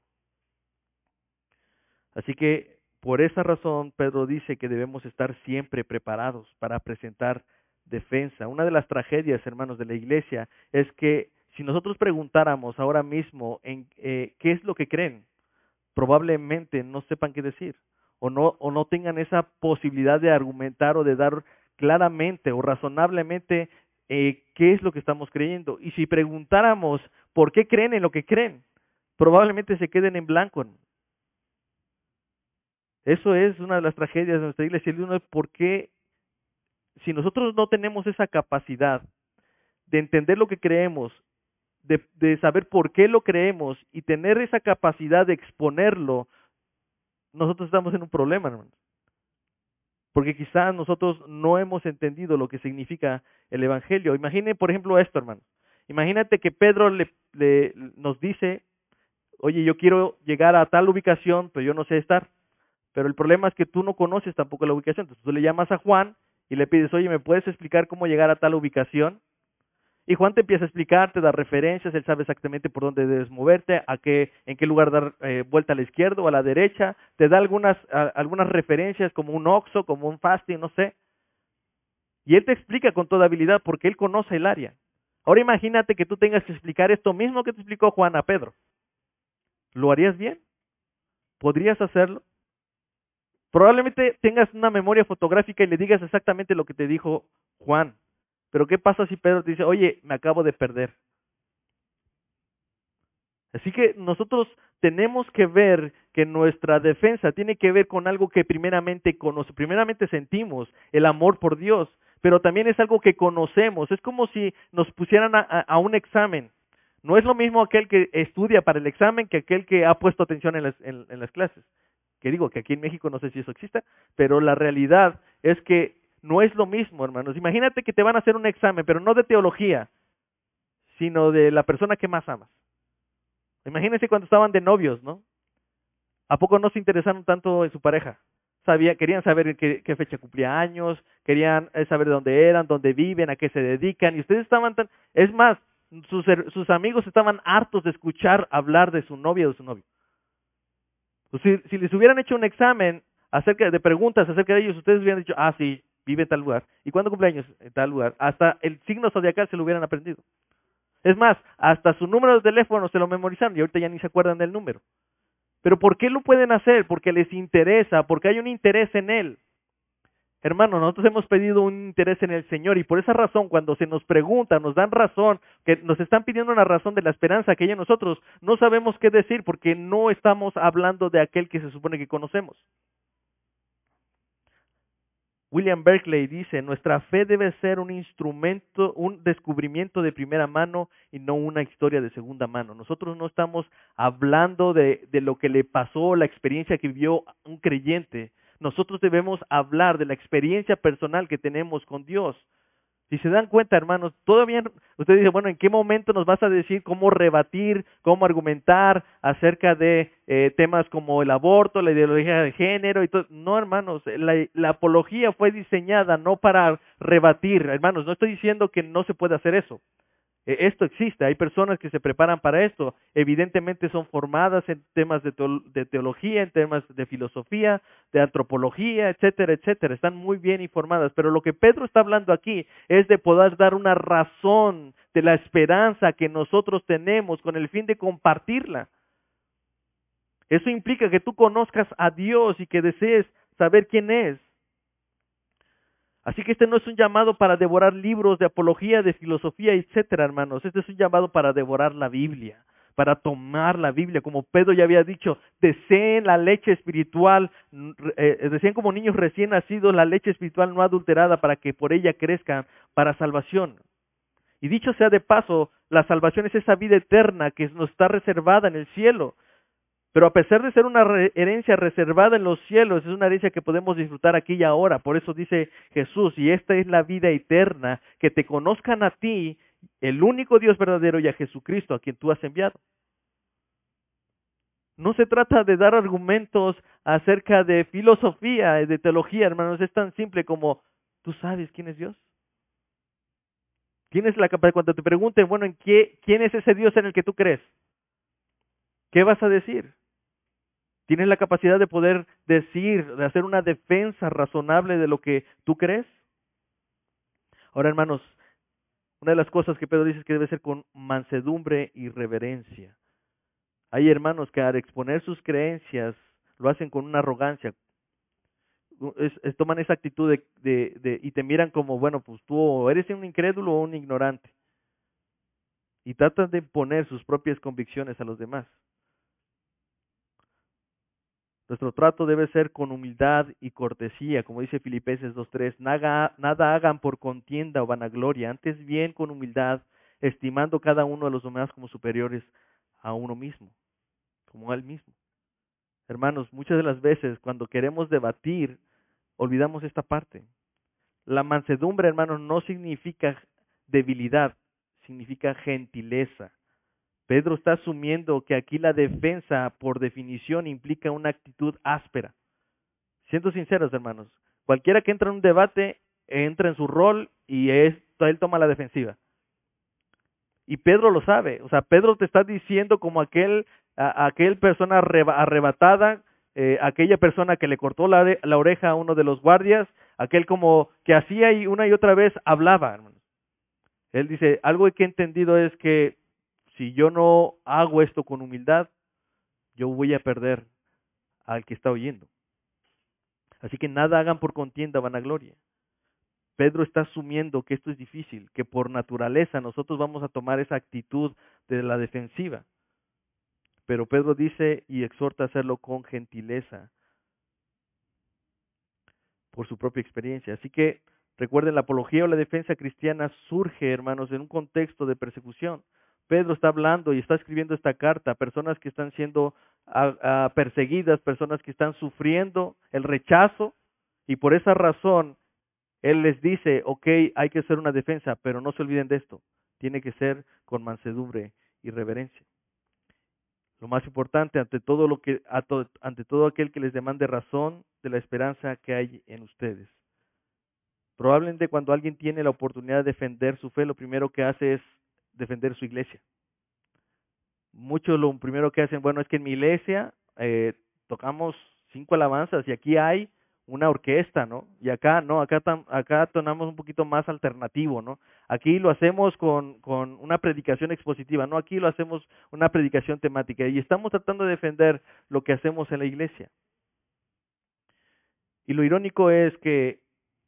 Así que por esa razón Pedro dice que debemos estar siempre preparados para presentar defensa. Una de las tragedias, hermanos, de la iglesia es que si nosotros preguntáramos ahora mismo en eh, qué es lo que creen, probablemente no sepan qué decir o no o no tengan esa posibilidad de argumentar o de dar claramente o razonablemente eh, qué es lo que estamos creyendo. Y si preguntáramos por qué creen en lo que creen, probablemente se queden en blanco. Eso es una de las tragedias de nuestra iglesia. Y uno es por qué, si nosotros no tenemos esa capacidad de entender lo que creemos, de, de saber por qué lo creemos y tener esa capacidad de exponerlo, nosotros estamos en un problema, hermanos. Porque quizás nosotros no hemos entendido lo que significa el Evangelio. Imaginen, por ejemplo, esto, hermanos. Imagínate que Pedro le, le, nos dice, oye, yo quiero llegar a tal ubicación, pero yo no sé estar. Pero el problema es que tú no conoces tampoco la ubicación. Entonces tú le llamas a Juan y le pides, oye, ¿me puedes explicar cómo llegar a tal ubicación? Y Juan te empieza a explicar, te da referencias, él sabe exactamente por dónde debes moverte, a qué, en qué lugar dar eh, vuelta a la izquierda o a la derecha, te da algunas, a, algunas referencias como un Oxxo, como un Fasting, no sé. Y él te explica con toda habilidad porque él conoce el área. Ahora imagínate que tú tengas que explicar esto mismo que te explicó Juan a Pedro. ¿Lo harías bien? ¿Podrías hacerlo? Probablemente tengas una memoria fotográfica y le digas exactamente lo que te dijo Juan. Pero ¿qué pasa si Pedro te dice, oye, me acabo de perder? Así que nosotros tenemos que ver que nuestra defensa tiene que ver con algo que primeramente conoce, primeramente sentimos, el amor por Dios, pero también es algo que conocemos. Es como si nos pusieran a, a- a un examen. No es lo mismo aquel que estudia para el examen que aquel que ha puesto atención en las, en, en las clases. Que digo que aquí en México no sé si eso exista, pero la realidad es que no es lo mismo, hermanos. Imagínate que te van a hacer un examen, pero no de teología, sino de la persona que más amas. Imagínense cuando estaban de novios, ¿no? ¿A poco no se interesaron tanto en su pareja? Sabía, querían saber qué, qué fecha cumplía años, querían eh, saber de dónde eran, dónde viven, a qué se dedican, y ustedes estaban tan... Es más, sus, her- sus amigos estaban hartos de escuchar hablar de su novia o de su novio. Pues si, si les hubieran hecho un examen acerca de preguntas acerca de ellos, ustedes hubieran dicho, ah, sí, vive en tal lugar. ¿Y cuándo cumpleaños? En tal lugar. Hasta el signo zodiacal se lo hubieran aprendido. Es más, hasta su número de teléfono se lo memorizaron y ahorita ya ni se acuerdan del número. Pero ¿por qué lo pueden hacer? Porque les interesa, porque hay un interés en Él. Hermano, nosotros hemos pedido un interés en el Señor y por esa razón cuando se nos pregunta, nos dan razón, que nos están pidiendo una razón de la esperanza que hay en nosotros, no sabemos qué decir porque no estamos hablando de aquel que se supone que conocemos. William Berkeley dice, nuestra fe debe ser un instrumento, un descubrimiento de primera mano y no una historia de segunda mano. Nosotros no estamos hablando de, de lo que le pasó, la experiencia que vivió un creyente. Nosotros debemos hablar de la experiencia personal que tenemos con Dios. Si se dan cuenta, hermanos, todavía usted dice, bueno, ¿en qué momento nos vas a decir cómo rebatir, cómo argumentar acerca de eh, temas como el aborto, la ideología de género y todo? No, hermanos, la, la apología fue diseñada no para rebatir, hermanos, no estoy diciendo que no se puede hacer eso. Eh, Esto existe, hay personas que se preparan para esto, evidentemente son formadas en temas de, teol- de teología, en temas de filosofía, de antropología, etcétera, etcétera, están muy bien informadas, pero lo que Pedro está hablando aquí es de poder dar una razón de la esperanza que nosotros tenemos con el fin de compartirla. Eso implica que tú conozcas a Dios y que desees saber quién es. Así que este no es un llamado para devorar libros de apología, de filosofía, etcétera, hermanos. Este es un llamado para devorar la Biblia, para tomar la Biblia. Como Pedro ya había dicho, deseen la leche espiritual, eh, deseen como niños recién nacidos la leche espiritual no adulterada para que por ella crezcan para salvación. Y dicho sea de paso, la salvación es esa vida eterna que nos está reservada en el cielo. Pero a pesar de ser una re- herencia reservada en los cielos, es una herencia que podemos disfrutar aquí y ahora. Por eso dice Jesús, y esta es la vida eterna, que te conozcan a ti, el único Dios verdadero, y a Jesucristo, a quien tú has enviado. No se trata de dar argumentos acerca de filosofía, de teología, hermanos. Es tan simple como, ¿tú sabes quién es Dios? Tienes la capacidad, cuando te pregunten, bueno, ¿en qué, quién es ese Dios en el que tú crees? ¿Qué vas a decir? ¿Tienes la capacidad de poder decir, de hacer una defensa razonable de lo que tú crees? Ahora, hermanos, una de las cosas que Pedro dice es que debe ser con mansedumbre y reverencia. Hay hermanos que al exponer sus creencias lo hacen con una arrogancia. Es, es- toman esa actitud de, de, de- y te miran como, bueno, pues tú o eres un incrédulo o un ignorante. Y tratan de imponer sus propias convicciones a los demás. Nuestro trato debe ser con humildad y cortesía, como dice Filipenses dos tres. Nada, nada hagan por contienda o vanagloria, antes bien con humildad, estimando cada uno de los demás como superiores a uno mismo, como a él mismo. Hermanos, muchas de las veces cuando queremos debatir, olvidamos esta parte. La mansedumbre, hermanos, no significa debilidad, significa gentileza. Pedro está asumiendo que aquí la defensa, por definición, implica una actitud áspera. Siendo sinceros, hermanos, cualquiera que entra en un debate entra en su rol y es, él toma la defensiva. Y Pedro lo sabe. O sea, Pedro te está diciendo como aquel, a, aquel persona arreba, arrebatada, eh, aquella persona que le cortó la, la oreja a uno de los guardias, aquel como que hacía y una y otra vez hablaba, hermanos. Él dice, algo que he entendido es que si yo no hago esto con humildad, yo voy a perder al que está oyendo. Así que nada hagan por contienda, vanagloria. Pedro está asumiendo que esto es difícil, que por naturaleza nosotros vamos a tomar esa actitud de la defensiva. pero Pedro dice y exhorta a hacerlo con gentileza, por su propia experiencia. Así que recuerden, la apología o la defensa cristiana surge, hermanos, en un contexto de persecución. Pedro está hablando y está escribiendo esta carta a personas que están siendo a, a perseguidas, personas que están sufriendo el rechazo, y por esa razón él les dice, ok, hay que hacer una defensa, pero no se olviden de esto, tiene que ser con mansedumbre y reverencia. Lo más importante, ante todo lo que ante todo aquel que les demande razón de la esperanza que hay en ustedes. Probablemente cuando alguien tiene la oportunidad de defender su fe, lo primero que hace es defender su iglesia. Muchos lo primero que hacen, bueno, es que en mi iglesia eh, tocamos cinco alabanzas y aquí hay una orquesta, ¿no? Y acá no, acá tam, acá tonamos un poquito más alternativo, ¿no? Aquí lo hacemos con, con una predicación expositiva, ¿no? Aquí lo hacemos una predicación temática y estamos tratando de defender lo que hacemos en la iglesia. Y lo irónico es que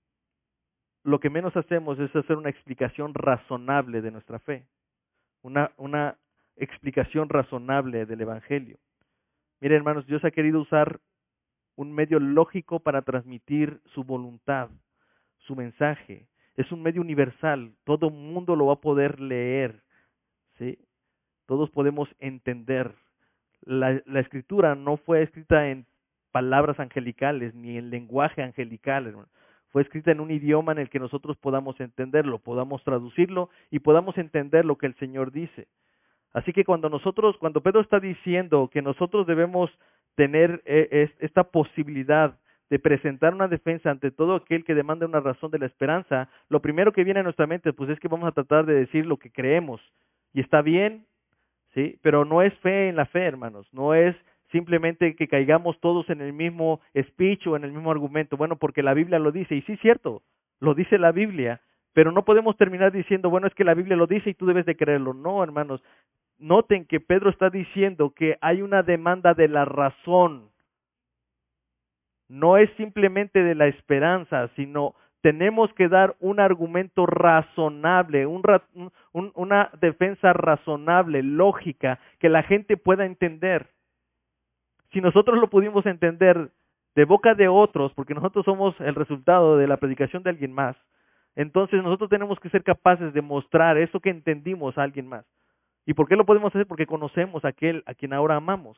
lo que menos hacemos es hacer una explicación razonable de nuestra fe, una, una explicación razonable del Evangelio. Miren, hermanos, Dios ha querido usar un medio lógico para transmitir su voluntad, su mensaje. Es un medio universal, todo mundo lo va a poder leer, ¿sí? Todos podemos entender. La, la escritura no fue escrita en palabras angelicales ni en lenguaje angelical, hermano. Fue escrita en un idioma en el que nosotros podamos entenderlo, podamos traducirlo y podamos entender lo que el Señor dice. Así que cuando nosotros, cuando Pedro está diciendo que nosotros debemos tener eh, esta posibilidad de presentar una defensa ante todo aquel que demanda una razón de la esperanza, lo primero que viene a nuestra mente pues es que vamos a tratar de decir lo que creemos. Y está bien, ¿sí? Pero no es fe en la fe, hermanos, no es simplemente que caigamos todos en el mismo speech o en el mismo argumento. Bueno, porque la Biblia lo dice, y sí es cierto, lo dice la Biblia, pero no podemos terminar diciendo, bueno, es que la Biblia lo dice y tú debes de creerlo. No, hermanos, noten que Pedro está diciendo que hay una demanda de la razón. No es simplemente de la esperanza, sino tenemos que dar un argumento razonable, un, un, una defensa razonable, lógica, que la gente pueda entender. Si nosotros lo pudimos entender de boca de otros, porque nosotros somos el resultado de la predicación de alguien más, entonces nosotros tenemos que ser capaces de mostrar eso que entendimos a alguien más. ¿Y por qué lo podemos hacer? Porque conocemos a aquel a quien ahora amamos.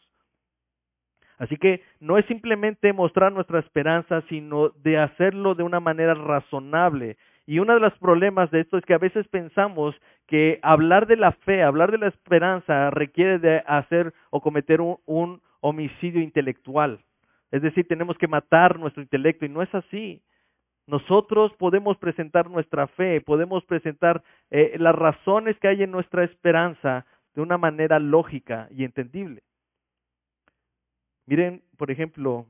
Así que no es simplemente mostrar nuestra esperanza, sino de hacerlo de una manera razonable. Y uno de los problemas de esto es que a veces pensamos que hablar de la fe, hablar de la esperanza, requiere de hacer o cometer un, un homicidio intelectual. Es decir, tenemos que matar nuestro intelecto, y no es así. Nosotros podemos presentar nuestra fe, podemos presentar eh, las razones que hay en nuestra esperanza de una manera lógica y entendible. Miren, por ejemplo,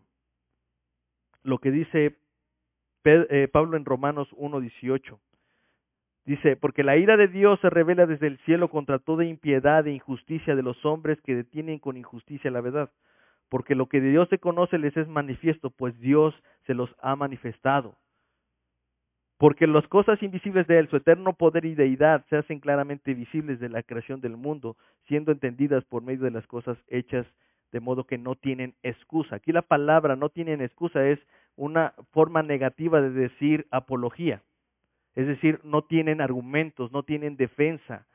lo que dice Pablo en Romanos uno dieciocho. Dice, porque la ira de Dios se revela desde el cielo contra toda impiedad e injusticia de los hombres que detienen con injusticia la verdad. Porque lo que de Dios se conoce les es manifiesto, pues Dios se los ha manifestado. Porque las cosas invisibles de Él, su eterno poder y deidad, se hacen claramente visibles de la creación del mundo, siendo entendidas por medio de las cosas hechas, de modo que no tienen excusa. Aquí la palabra no tienen excusa es una forma negativa de decir apología. Es decir, no tienen argumentos, no tienen defensa.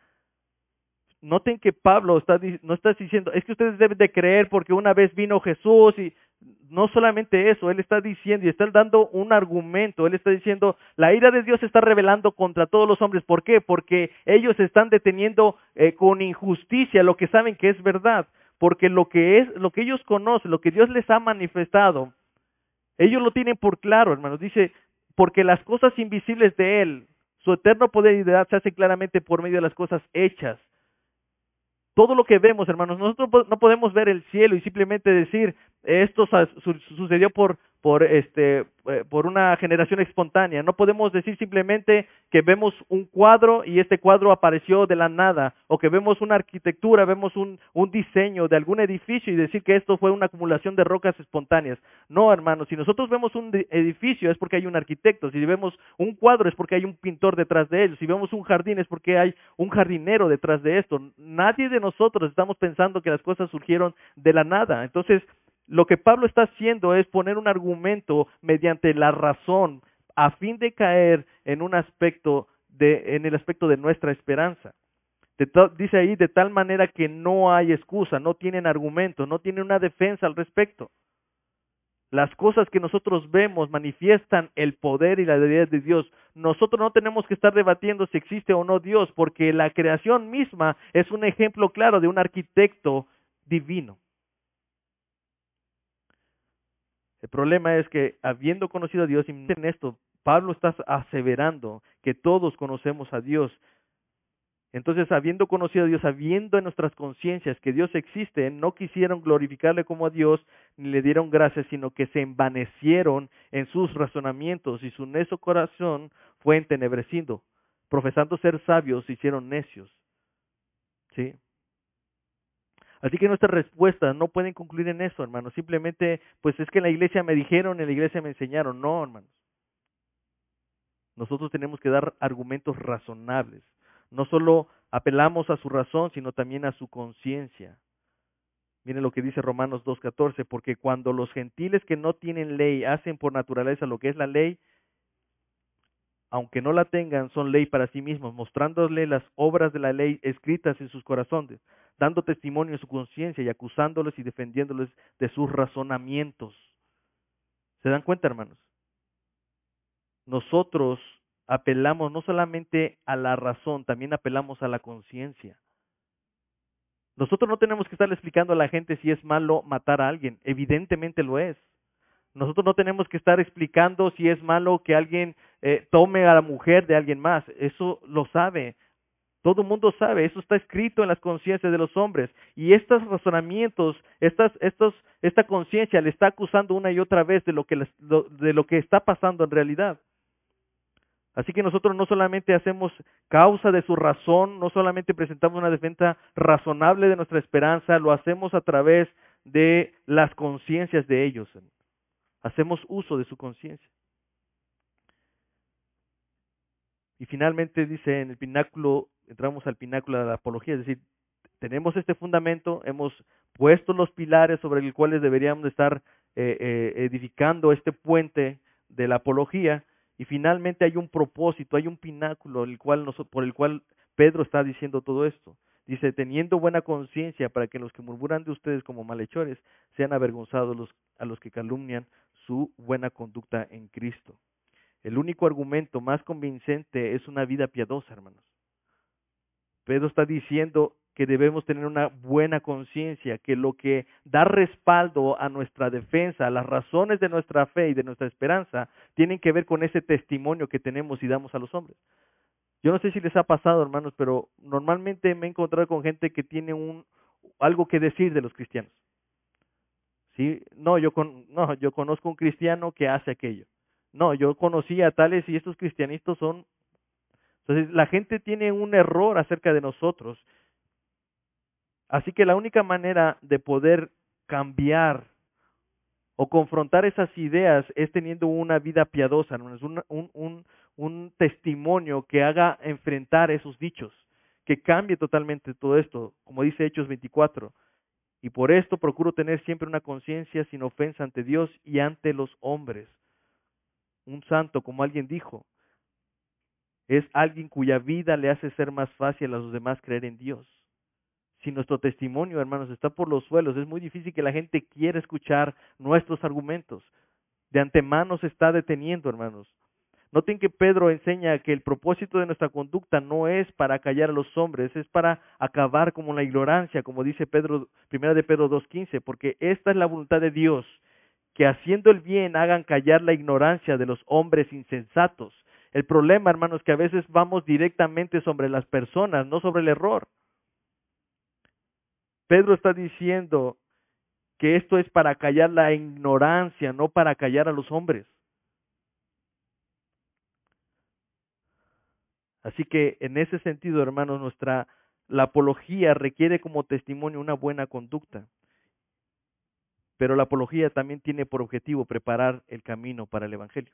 Noten que Pablo está, no está diciendo, es que ustedes deben de creer porque una vez vino Jesús, y no solamente eso, él está diciendo y está dando un argumento, él está diciendo, la ira de Dios se está revelando contra todos los hombres. ¿Por qué? Porque ellos están deteniendo eh, con injusticia lo que saben que es verdad. Porque lo que es, lo que ellos conocen, lo que Dios les ha manifestado, ellos lo tienen por claro, hermanos. Dice, porque las cosas invisibles de Él, su eterno poder y deidad se hacen claramente por medio de las cosas hechas. Todo lo que vemos, hermanos, nosotros no podemos ver el cielo y simplemente decir, esto sucedió por, por este eh, por una generación espontánea. No podemos decir simplemente que vemos un cuadro y este cuadro apareció de la nada, o que vemos una arquitectura, vemos un, un diseño de algún edificio y decir que esto fue una acumulación de rocas espontáneas. No, hermanos, si nosotros vemos un edificio es porque hay un arquitecto, si vemos un cuadro es porque hay un pintor detrás de él, si vemos un jardín es porque hay un jardinero detrás de esto. Nadie de nosotros estamos pensando que las cosas surgieron de la nada. Entonces, lo que Pablo está haciendo es poner un argumento mediante la razón a fin de caer en un aspecto de, en el aspecto de nuestra esperanza. De to, dice ahí, de tal manera que no hay excusa, no tienen argumento, no tienen una defensa al respecto. Las cosas que nosotros vemos manifiestan el poder y la deidad de Dios. Nosotros no tenemos que estar debatiendo si existe o no Dios, porque la creación misma es un ejemplo claro de un arquitecto divino. El problema es que, habiendo conocido a Dios, y en esto, Pablo está aseverando que todos conocemos a Dios. Entonces, habiendo conocido a Dios, habiendo en nuestras conciencias que Dios existe, no quisieron glorificarle como a Dios, ni le dieron gracias, sino que se envanecieron en sus razonamientos, y su necio corazón fue entenebrecido. Profesando ser sabios, se hicieron necios. ¿Sí? Así que nuestras respuestas no pueden concluir en eso, hermanos. Simplemente, pues es que en la iglesia me dijeron, en la iglesia me enseñaron. No, hermanos. Nosotros tenemos que dar argumentos razonables. No solo apelamos a su razón, sino también a su conciencia. Miren lo que dice Romanos dos catorce, porque cuando los gentiles que no tienen ley hacen por naturaleza lo que es la ley, aunque no la tengan, son ley para sí mismos, mostrándole las obras de la ley escritas en sus corazones, dando testimonio en su conciencia y acusándoles y defendiéndoles de sus razonamientos. ¿Se dan cuenta, hermanos? Nosotros apelamos no solamente a la razón, también apelamos a la conciencia. Nosotros no tenemos que estarle explicando a la gente si es malo matar a alguien, evidentemente lo es. Nosotros no tenemos que estar explicando si es malo que alguien eh, tome a la mujer de alguien más. Eso lo sabe. Todo el mundo sabe. Eso está escrito en las conciencias de los hombres. Y estos razonamientos, estas, estos, esta conciencia le está acusando una y otra vez de lo que les, de lo que está pasando en realidad. Así que nosotros no solamente hacemos causa de su razón, no solamente presentamos una defensa razonable de nuestra esperanza, lo hacemos a través de las conciencias de ellos. Hacemos uso de su conciencia. Y finalmente dice en el pináculo, entramos al pináculo de la apología, es decir, tenemos este fundamento, hemos puesto los pilares sobre los cuales deberíamos estar eh, eh, edificando este puente de la apología, y finalmente hay un propósito, hay un pináculo el cual nos, por el cual Pedro está diciendo todo esto. Dice, teniendo buena conciencia para que los que murmuran de ustedes como malhechores sean avergonzados los, a los que calumnian su buena conducta en Cristo. El único argumento más convincente es una vida piadosa, hermanos. Pedro está diciendo que debemos tener una buena conciencia, que lo que da respaldo a nuestra defensa, a las razones de nuestra fe y de nuestra esperanza, tienen que ver con ese testimonio que tenemos y damos a los hombres. Yo no sé si les ha pasado, hermanos, pero normalmente me he encontrado con gente que tiene un algo que decir de los cristianos. ¿Sí? No, yo con, no, yo conozco un cristiano que hace aquello. No, yo conocí a tales y estos cristianitos son... Entonces, la gente tiene un error acerca de nosotros. Así que la única manera de poder cambiar o confrontar esas ideas es teniendo una vida piadosa, hermanos, un, un, un, un testimonio que haga enfrentar esos dichos, que cambie totalmente todo esto, como dice Hechos veinticuatro. Y por esto procuro tener siempre una conciencia sin ofensa ante Dios y ante los hombres. Un santo, como alguien dijo, es alguien cuya vida le hace ser más fácil a los demás creer en Dios. Si nuestro testimonio, hermanos, está por los suelos, es muy difícil que la gente quiera escuchar nuestros argumentos. De antemano se está deteniendo, hermanos. Noten que Pedro enseña que el propósito de nuestra conducta no es para callar a los hombres, es para acabar con la ignorancia, como dice Pedro, primera de Pedro dos quince, porque esta es la voluntad de Dios, que haciendo el bien hagan callar la ignorancia de los hombres insensatos. El problema, hermanos, es que a veces vamos directamente sobre las personas, no sobre el error. Pedro está diciendo que esto es para callar la ignorancia, no para callar a los hombres. Así que en ese sentido, hermanos, nuestra la apología requiere como testimonio una buena conducta. Pero la apología también tiene por objetivo preparar el camino para el evangelio.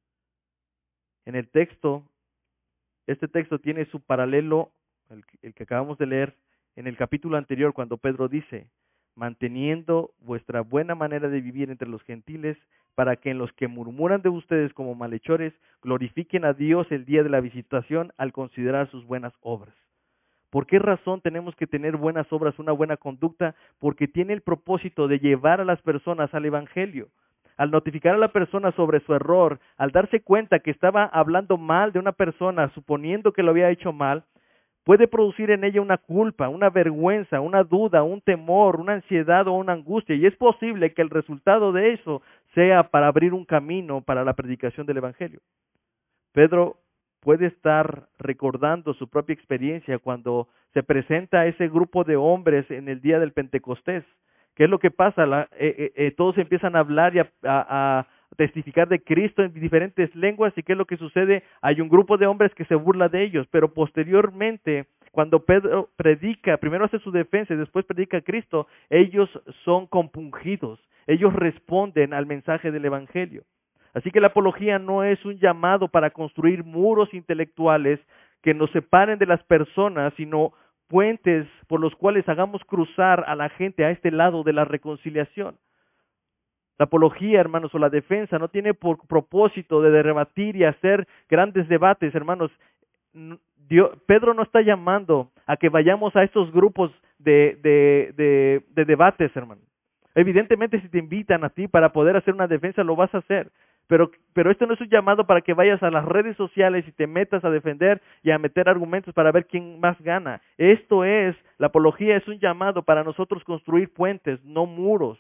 En el texto, este texto tiene su paralelo, el, el que acabamos de leer, en el capítulo anterior, cuando Pedro dice: manteniendo vuestra buena manera de vivir entre los gentiles, para que en los que murmuran de ustedes como malhechores, glorifiquen a Dios el día de la visitación al considerar sus buenas obras. ¿Por qué razón tenemos que tener buenas obras, una buena conducta? Porque tiene el propósito de llevar a las personas al evangelio. Al notificar a la persona sobre su error, al darse cuenta que estaba hablando mal de una persona, suponiendo que lo había hecho mal, puede producir en ella una culpa, una vergüenza, una duda, un temor, una ansiedad o una angustia. Y es posible que el resultado de eso sea para abrir un camino para la predicación del evangelio. Pedro puede estar recordando su propia experiencia cuando se presenta a ese grupo de hombres en el día del Pentecostés. ¿Qué es lo que pasa? La, eh, eh, eh, todos empiezan a hablar y a, a, a testificar de Cristo en diferentes lenguas. ¿Y qué es lo que sucede? Hay un grupo de hombres que se burla de ellos, pero posteriormente, cuando Pedro predica, primero hace su defensa y después predica a Cristo, ellos son compungidos, ellos responden al mensaje del Evangelio. Así que la apología no es un llamado para construir muros intelectuales que nos separen de las personas, sino puentes por los cuales hagamos cruzar a la gente a este lado de la reconciliación. La apología, hermanos, o la defensa no tiene por propósito de rebatir y hacer grandes debates, hermanos. Dios, Pedro no está llamando a que vayamos a estos grupos de, de, de, de debates, hermanos. Evidentemente, si te invitan a ti para poder hacer una defensa, lo vas a hacer. Pero, pero esto no es un llamado para que vayas a las redes sociales y te metas a defender y a meter argumentos para ver quién más gana. Esto es, la apología es un llamado para nosotros construir puentes, no muros.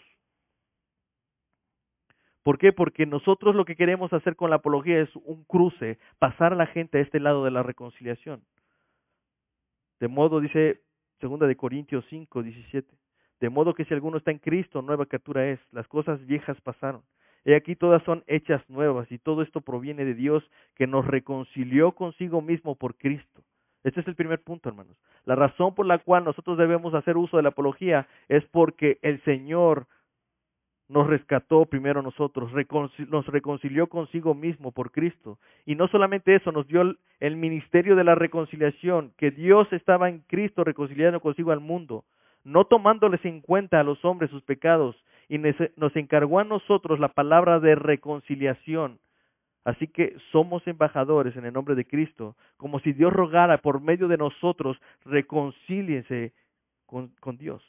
¿Por qué? Porque nosotros lo que queremos hacer con la apología es un cruce, pasar a la gente a este lado de la reconciliación. De modo, dice segunda de Corintios cinco, diecisiete, de modo que si alguno está en Cristo, nueva criatura es, las cosas viejas pasaron. He aquí todas son hechas nuevas, y todo esto proviene de Dios, que nos reconcilió consigo mismo por Cristo. Este es el primer punto, hermanos. La razón por la cual nosotros debemos hacer uso de la apología es porque el Señor nos rescató primero a nosotros, reconcil- nos reconcilió consigo mismo por Cristo. Y no solamente eso, nos dio el, el ministerio de la reconciliación, que Dios estaba en Cristo reconciliando consigo al mundo, no tomándoles en cuenta a los hombres sus pecados, y nos encargó a nosotros la palabra de reconciliación. Así que somos embajadores en el nombre de Cristo, como si Dios rogara por medio de nosotros, reconcíliense con, con Dios.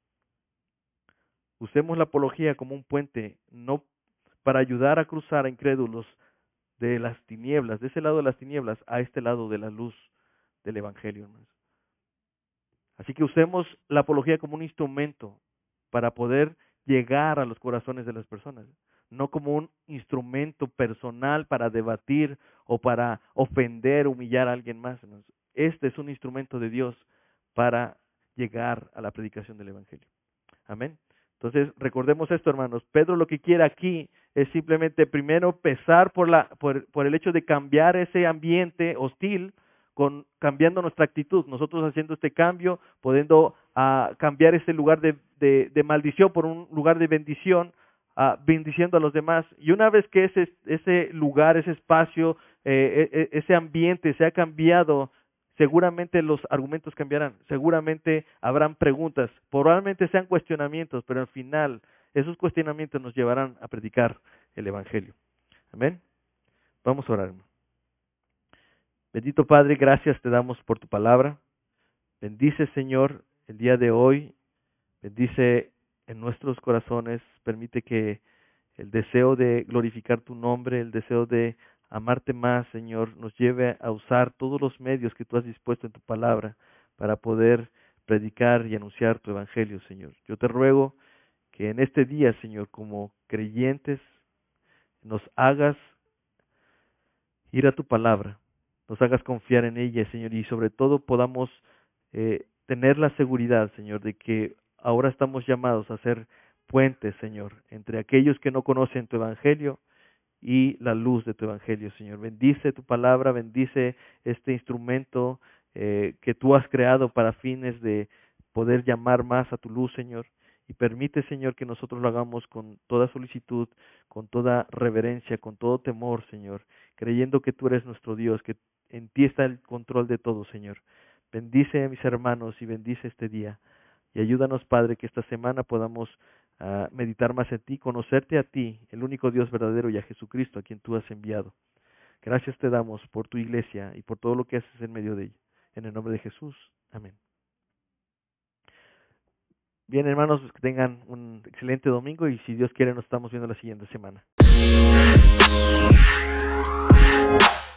Usemos la apología como un puente, no para ayudar a cruzar a incrédulos de las tinieblas, de ese lado de las tinieblas, a este lado de la luz del Evangelio, hermanos. Así que usemos la apología como un instrumento para poder llegar a los corazones de las personas, no como un instrumento personal para debatir o para ofender, humillar a alguien más, hermanos. Este es un instrumento de Dios para llegar a la predicación del Evangelio. Amén. Entonces, recordemos esto, hermanos. Pedro lo que quiere aquí es simplemente primero pesar por, la, por, por el hecho de cambiar ese ambiente hostil, con cambiando nuestra actitud, nosotros haciendo este cambio, pudiendo uh, cambiar ese lugar de, de, de maldición por un lugar de bendición, uh, bendiciendo a los demás. Y una vez que ese, ese lugar, ese espacio, eh, ese ambiente se ha cambiado, seguramente los argumentos cambiarán, seguramente habrán preguntas, probablemente sean cuestionamientos, pero al final esos cuestionamientos nos llevarán a predicar el Evangelio. Amén. Vamos a orar, hermano. Bendito Padre, gracias te damos por tu palabra. Bendice, Señor, el día de hoy. Bendice en nuestros corazones. Permite que el deseo de glorificar tu nombre, el deseo de amarte más, Señor, nos lleve a usar todos los medios que tú has dispuesto en tu palabra para poder predicar y anunciar tu evangelio, Señor. Yo te ruego que en este día, Señor, como creyentes, nos hagas ir a tu palabra, nos hagas confiar en ella, Señor, y sobre todo podamos eh, tener la seguridad, Señor, de que ahora estamos llamados a ser puente, Señor, entre aquellos que no conocen tu evangelio y la luz de tu evangelio, Señor. Bendice tu palabra, bendice este instrumento eh, que tú has creado para fines de poder llamar más a tu luz, Señor. Y permite, Señor, que nosotros lo hagamos con toda solicitud, con toda reverencia, con todo temor, Señor, creyendo que tú eres nuestro Dios, que en ti está el control de todo, Señor. Bendice a mis hermanos y bendice este día. Y ayúdanos, Padre, que esta semana podamos uh, meditar más en ti, conocerte a ti, el único Dios verdadero, y a Jesucristo, a quien tú has enviado. Gracias te damos por tu iglesia y por todo lo que haces en medio de ella. En el nombre de Jesús. Amén. Bien, hermanos, pues que tengan un excelente domingo y si Dios quiere nos estamos viendo la siguiente semana.